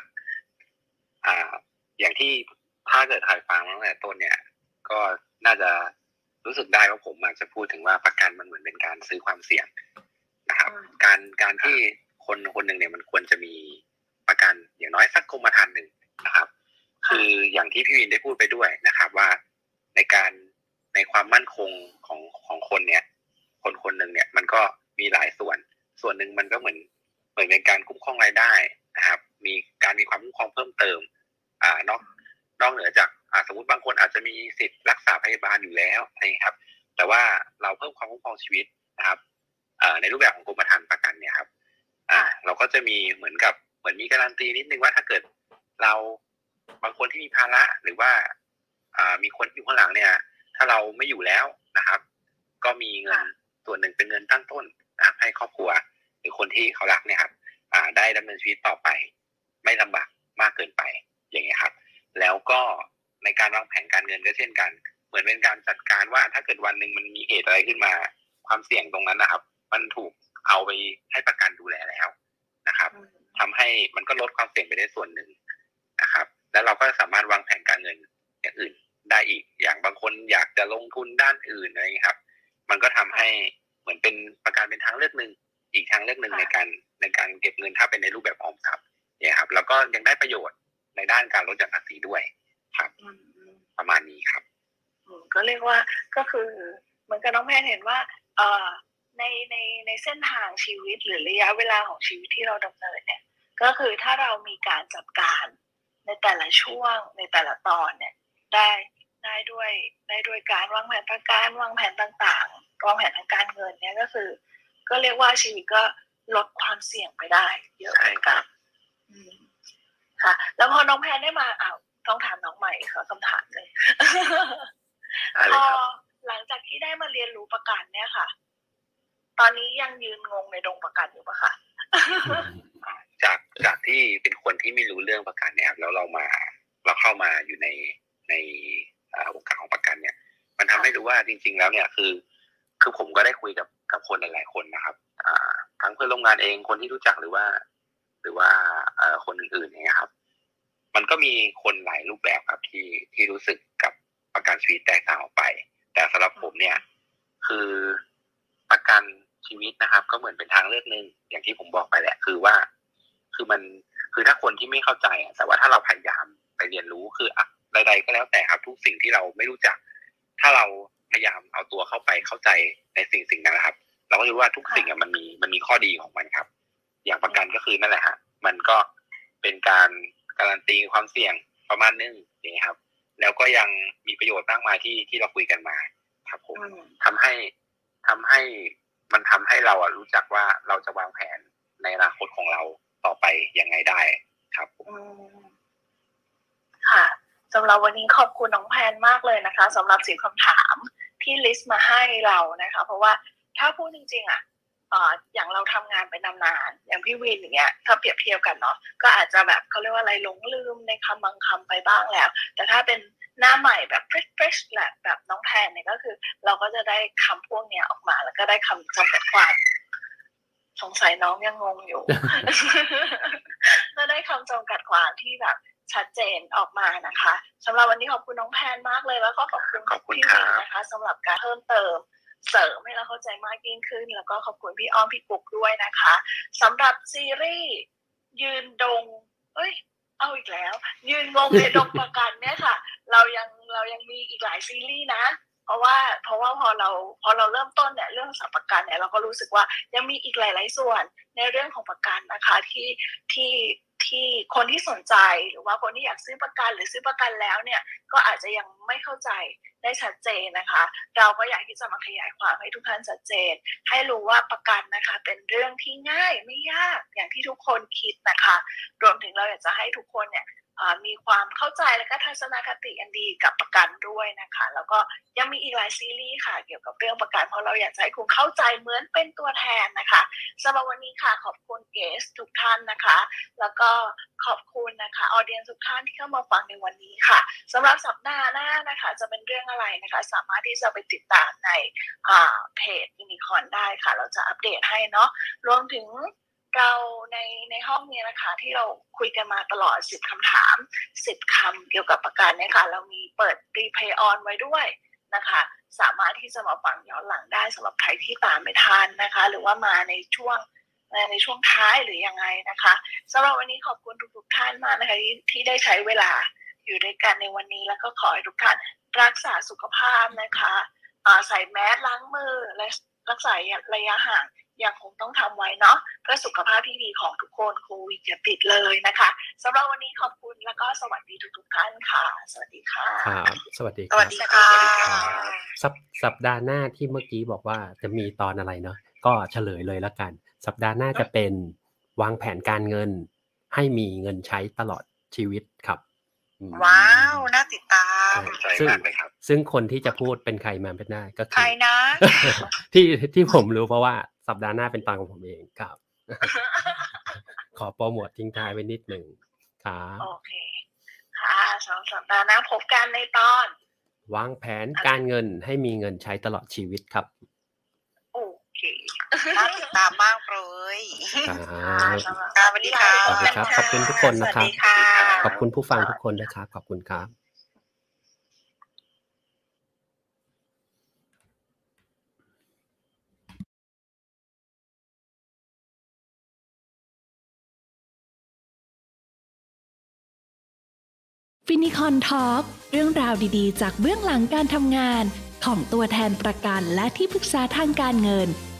อย่างที่ถ้าเกิดใครฟังตั้งแต่ต้นเนี่ยก็น่าจะรู้สึกได้ว่าผมอาจจะพูดถึงว่าประกันมันเหมือนเป็นการซื้อความเสี่ยงนะครับการที่คนหนึ่งเนี่ยมันควรจะมีประกันอย่างน้อยสักกรมธรรม์หนึ่งนะครับคืออย่างที่พี่วินได้พูดไปด้วยนะครับว่าในความมั่นคงของคนเนี่ยคนหนึ่งเนี่ยมันก็มีหลายส่วนหนึ่งมันก็เหมือนเป็นการคุ้มครองรายได้นะครับมีความคุ้มครองเพิ่มเติมนอกเหนือจากสมมติบางคนอาจจะมีสิทธิ์รักษาพยาบาลอยู่แล้วนะครับแต่ว่าเราเพิ่มความคุ้มครองชีวิตนะครับในรูปแบบของกรมธรรม์ประกันเนี่ยครับเราก็จะมีเหมือนมีการันตีนิดนึงว่าถ้าเกิดเราบางคนที่มีภาระหรือว่ามีคนอยู่ข้างหลังเนี่ยถ้าเราไม่อยู่แล้วนะครับก็มีเงินส่วนหนึ่งเป็นเงินตั้งต้นนะครับให้ครอบครัวหรือคนที่เขารักเนี่ยครับได้ดำเนินชีวิตต่อไปไม่ลำบากมากเกินไปอย่างเงี้ยครับแล้วก็ในการวางแผนการเงินก็เช่นกันเหมือนเป็นการจัดการว่าถ้าเกิดวันหนึ่งมันมีเหตุอะไรขึ้นมาความเสี่ยงตรงนั้นนะครับมันถูกเอาไปให้ประกันดูแลแล้วนะครับทำให้มันก็ลดความเสี่ยงไปได้ส่วนหนึ่งนะครับแล้วเราก็สามารถวางแผนการเงินอย่างอื่นได้อีกอย่างบางคนอยากจะลงทุนด้านอื่นอะไรอย่างนี้ครับมันก็ทำให้เหมือนเป็นประกันเป็นทางเลือกหนึ่งอีกทางเลือกหนึ่งในการเก็บเงินถ้าเป็นในรูปแบบออมทรัพย์เนี่ยครับแล้วก็ยังได้ประโยชน์ในด้านการลดหย่อนภาษีด้วยครับประมาณนี้ครับก็เรียกว่าก็คือเหมือนกับน้องแพนเห็นว่าในเส้นทางชีวิตหรือระยะเวลาของชีวิตที่เราดำเนินเนี่ยก็คือถ้าเรามีการจัดการในแต่ละช่วงในแต่ละตอนเนี่ยได้ด้วยการวางแผนประกันวางแผนต่างๆวางแผนทางการเงินเนี่ยก็เรียกว่าชีวิตก็ลดความเสี่ยงไปได้เยอะเหมือนกันค่ะแล้วพอน้องแพนได้มาต้องถามน้องใหม่ขอคำถามเลยพอหลังจากที่ได้มาเรียนรู้ประกันเนี่ยค่ะตอนนี้ยังยืนงงในดงประกันอยู่ปะคะจากที่เป็นคนที่ไม่รู้เรื่องประกันเนี่ยครับแล้วเราเข้ามาอยู่ในวงการของประกันเนี่ยมันทำให้รู้ว่าจริงๆแล้วเนี่ยคือผมก็ได้คุยกับคนหลายๆคนนะครับทั้งเพื่อนร่วมงานเองคนที่รู้จักหรือว่าคนอื่นๆเนี่ยครับมันก็มีคนหลายรูปแบบครับที่รู้สึกกับประกันชีวิตแตกต่างออกไปแต่สำหรับผมเนี่ยคือประกันชีวิตนะครับก็เหมือนเป็นทางเลือกนึงอย่างที่ผมบอกไปแหละคือถ้าคนที่ไม่เข้าใจแต่ว่าถ้าเราพยายามไปเรียนรู้คือใดๆก็แล้วแต่ครับทุกสิ่งที่เราไม่รู้จักถ้าเราพยายามเอาตัวเข้าไปเข้าใจในสิ่งนั้นนะครับเราก็รู้ว่าทุกสิ่งมันมีข้อดีของมันครับอย่างประกันก็คือนั่นแหละฮะมันก็เป็นการการันตีความเสี่ยงประมาณนึงนี่ครับแล้วก็ยังมีประโยชน์มากมายที่เราคุยกันมาครับผมทำให้มันทำให้เรารู้จักว่าเราจะวางแผนในอนาคตของเราต่อไปยังไงได้ครับค่ะสำหรับวันนี้ขอบคุณน้องแพนมากเลยนะคะสำหรับ10คำถามที่ลิสต์มาให้เรานะคะเพราะว่าถ้าพูดจริงๆอย่างเราทำงานไปนานๆอย่างพี่วินอย่างเงี้ยถ้าเปรียบเทียบกันเนาะก็อาจจะแบบเขาเรียกว่าอะไรหลงลืมในคำบางคำไปบ้างแล้วแต่ถ้าเป็นหน้าใหม่แบบ fresh แบบน้องแพนเนี่ยก็คือเราก็จะได้คำพวกเนี้ยออกมาแล้วก็ได้คำจำกัดความสงสัยน้องยังงงอยู่ ก็ได้คำจำกัดความที่แบบชัดเจนออกมานะคะสำหรับวันนี้ขอบคุณน้องแพนมากเลยแล้วก็ขอบคุณพี่วินนะคะสำหรับการเพิ่มเติมเสริมให้เราเข้าใจมากยิ่งขึ้นแล้วก็ขอบคุณพี่อ้อมพี่กุ๊กด้วยนะคะสำหรับซีรีส์ยืนดงเอาอีกแล้วยืนงงในดงประกันเนี่ยค่ะเรายังมีอีกหลายซีรีส์นะเพราะว่าพอเราเริ่มต้นเนี่ยเรื่องสัมประกันเนี่ยเราก็รู้สึกว่ายังมีอีกหลายๆส่วนในเรื่องของประกันนะคะที่คนที่สนใจหรือว่าคนที่อยากซื้อประกันหรือซื้อประกันแล้วเนี่ยก็อาจจะยังไม่เข้าใจได้ชัดเจนนะคะเราก็อยากที่จะมาขยายความให้ทุกท่านชัดเจนให้รู้ว่าประกันนะคะเป็นเรื่องที่ง่ายไม่ยากอย่างที่ทุกคนคิดนะคะรวมถึงเราอยากจะให้ทุกคนเนี่ยมีความเข้าใจและก็ทัศนคติอันดีกับประกันด้วยนะคะแล้วก็ยังมีอีกหลายซีรีส์ค่ะเกี่ยวกับเรื่องประกันเพราะเราอยากจะให้คุณเข้าใจเหมือนเป็นตัวแทนนะคะสำหรับวันนี้ค่ะขอบคุณเกสทุกท่านนะคะแล้วก็ขอบคุณนะคะออเดียนทุกท่านที่เข้ามาฟังในวันนี้ค่ะสำหรับสัปดาห์หน้านะคะจะเป็นเรื่องอะไรนะคะสามารถที่จะไปติดตามในเพจยูนิคอร์นได้ค่ะเราจะอัปเดตให้เนาะรวมถึงเราในห้องนี้นะคะที่เราคุยกันมาตลอด10คำถาม10คำเกี่ยวกับประกันเนี่ยค่ะเรามีเปิดรีเพลย์ออนไว้ด้วยนะคะสามารถที่จะมาฟังย้อนหลังได้สำหรับใครที่ตามไม่ทันนะคะหรือว่ามาในช่วงท้ายหรือยังไงนะคะสำหรับวันนี้ขอบคุณทุกท่านมากนะคะที่ได้ใช้เวลาอยู่ด้วยกันในวันนี้แล้วก็ขอให้ทุกท่านรักษาสุขภาพนะคะใส่แมสล้างมือและรักษาระยะห่างยังคงต้องทำไว้เนาะเพื่อสุขภาพที่ดีของทุกคนโควิดอย่าติดเลยนะคะสำหรับวันนี้ขอบคุณแล้วก็สวัสดีทุกท่านค่ะสวัสดีค่ะครับสวัสดีครับสวัสดีค่ะสัปดาห์หน้าที่เมื่อกี้บอกว่าจะมีตอนอะไรเนาะก็เฉลยเลยแล้วกันสัปดาห์หน้าจะเป็นวางแผนการเงินให้มีเงินใช้ตลอดชีวิตครับว้าวน่าติดตามซึ่งคนที่จะพูดเป็นใครมาเป็นได้ก็คือใครนะที่ผมรู้เพราะว่าสัปดาห์หน้าเป็นตอนของผมเองครับ ขอโปรโมททิ้งท้ายไว้นิดหนึ่งครับโอเคค่ะสัปดาห์หน้าพบกันในตอนวางแผนการเงินให้มีเงินใช้ตลอดชีวิตครับโอเคน่าติดตามมากเลยสวัสดีครับสวัสดีครับขอบคุณทุกคนนะครับขอบคุณผู้ฟังทุกคนนะครับขอบคุณครับฟินิคอนทอล์กเรื่องราวดีๆจากเบื้องหลังการทำงานของตัวแทนประกันและที่ปรึกษาทางการเงิน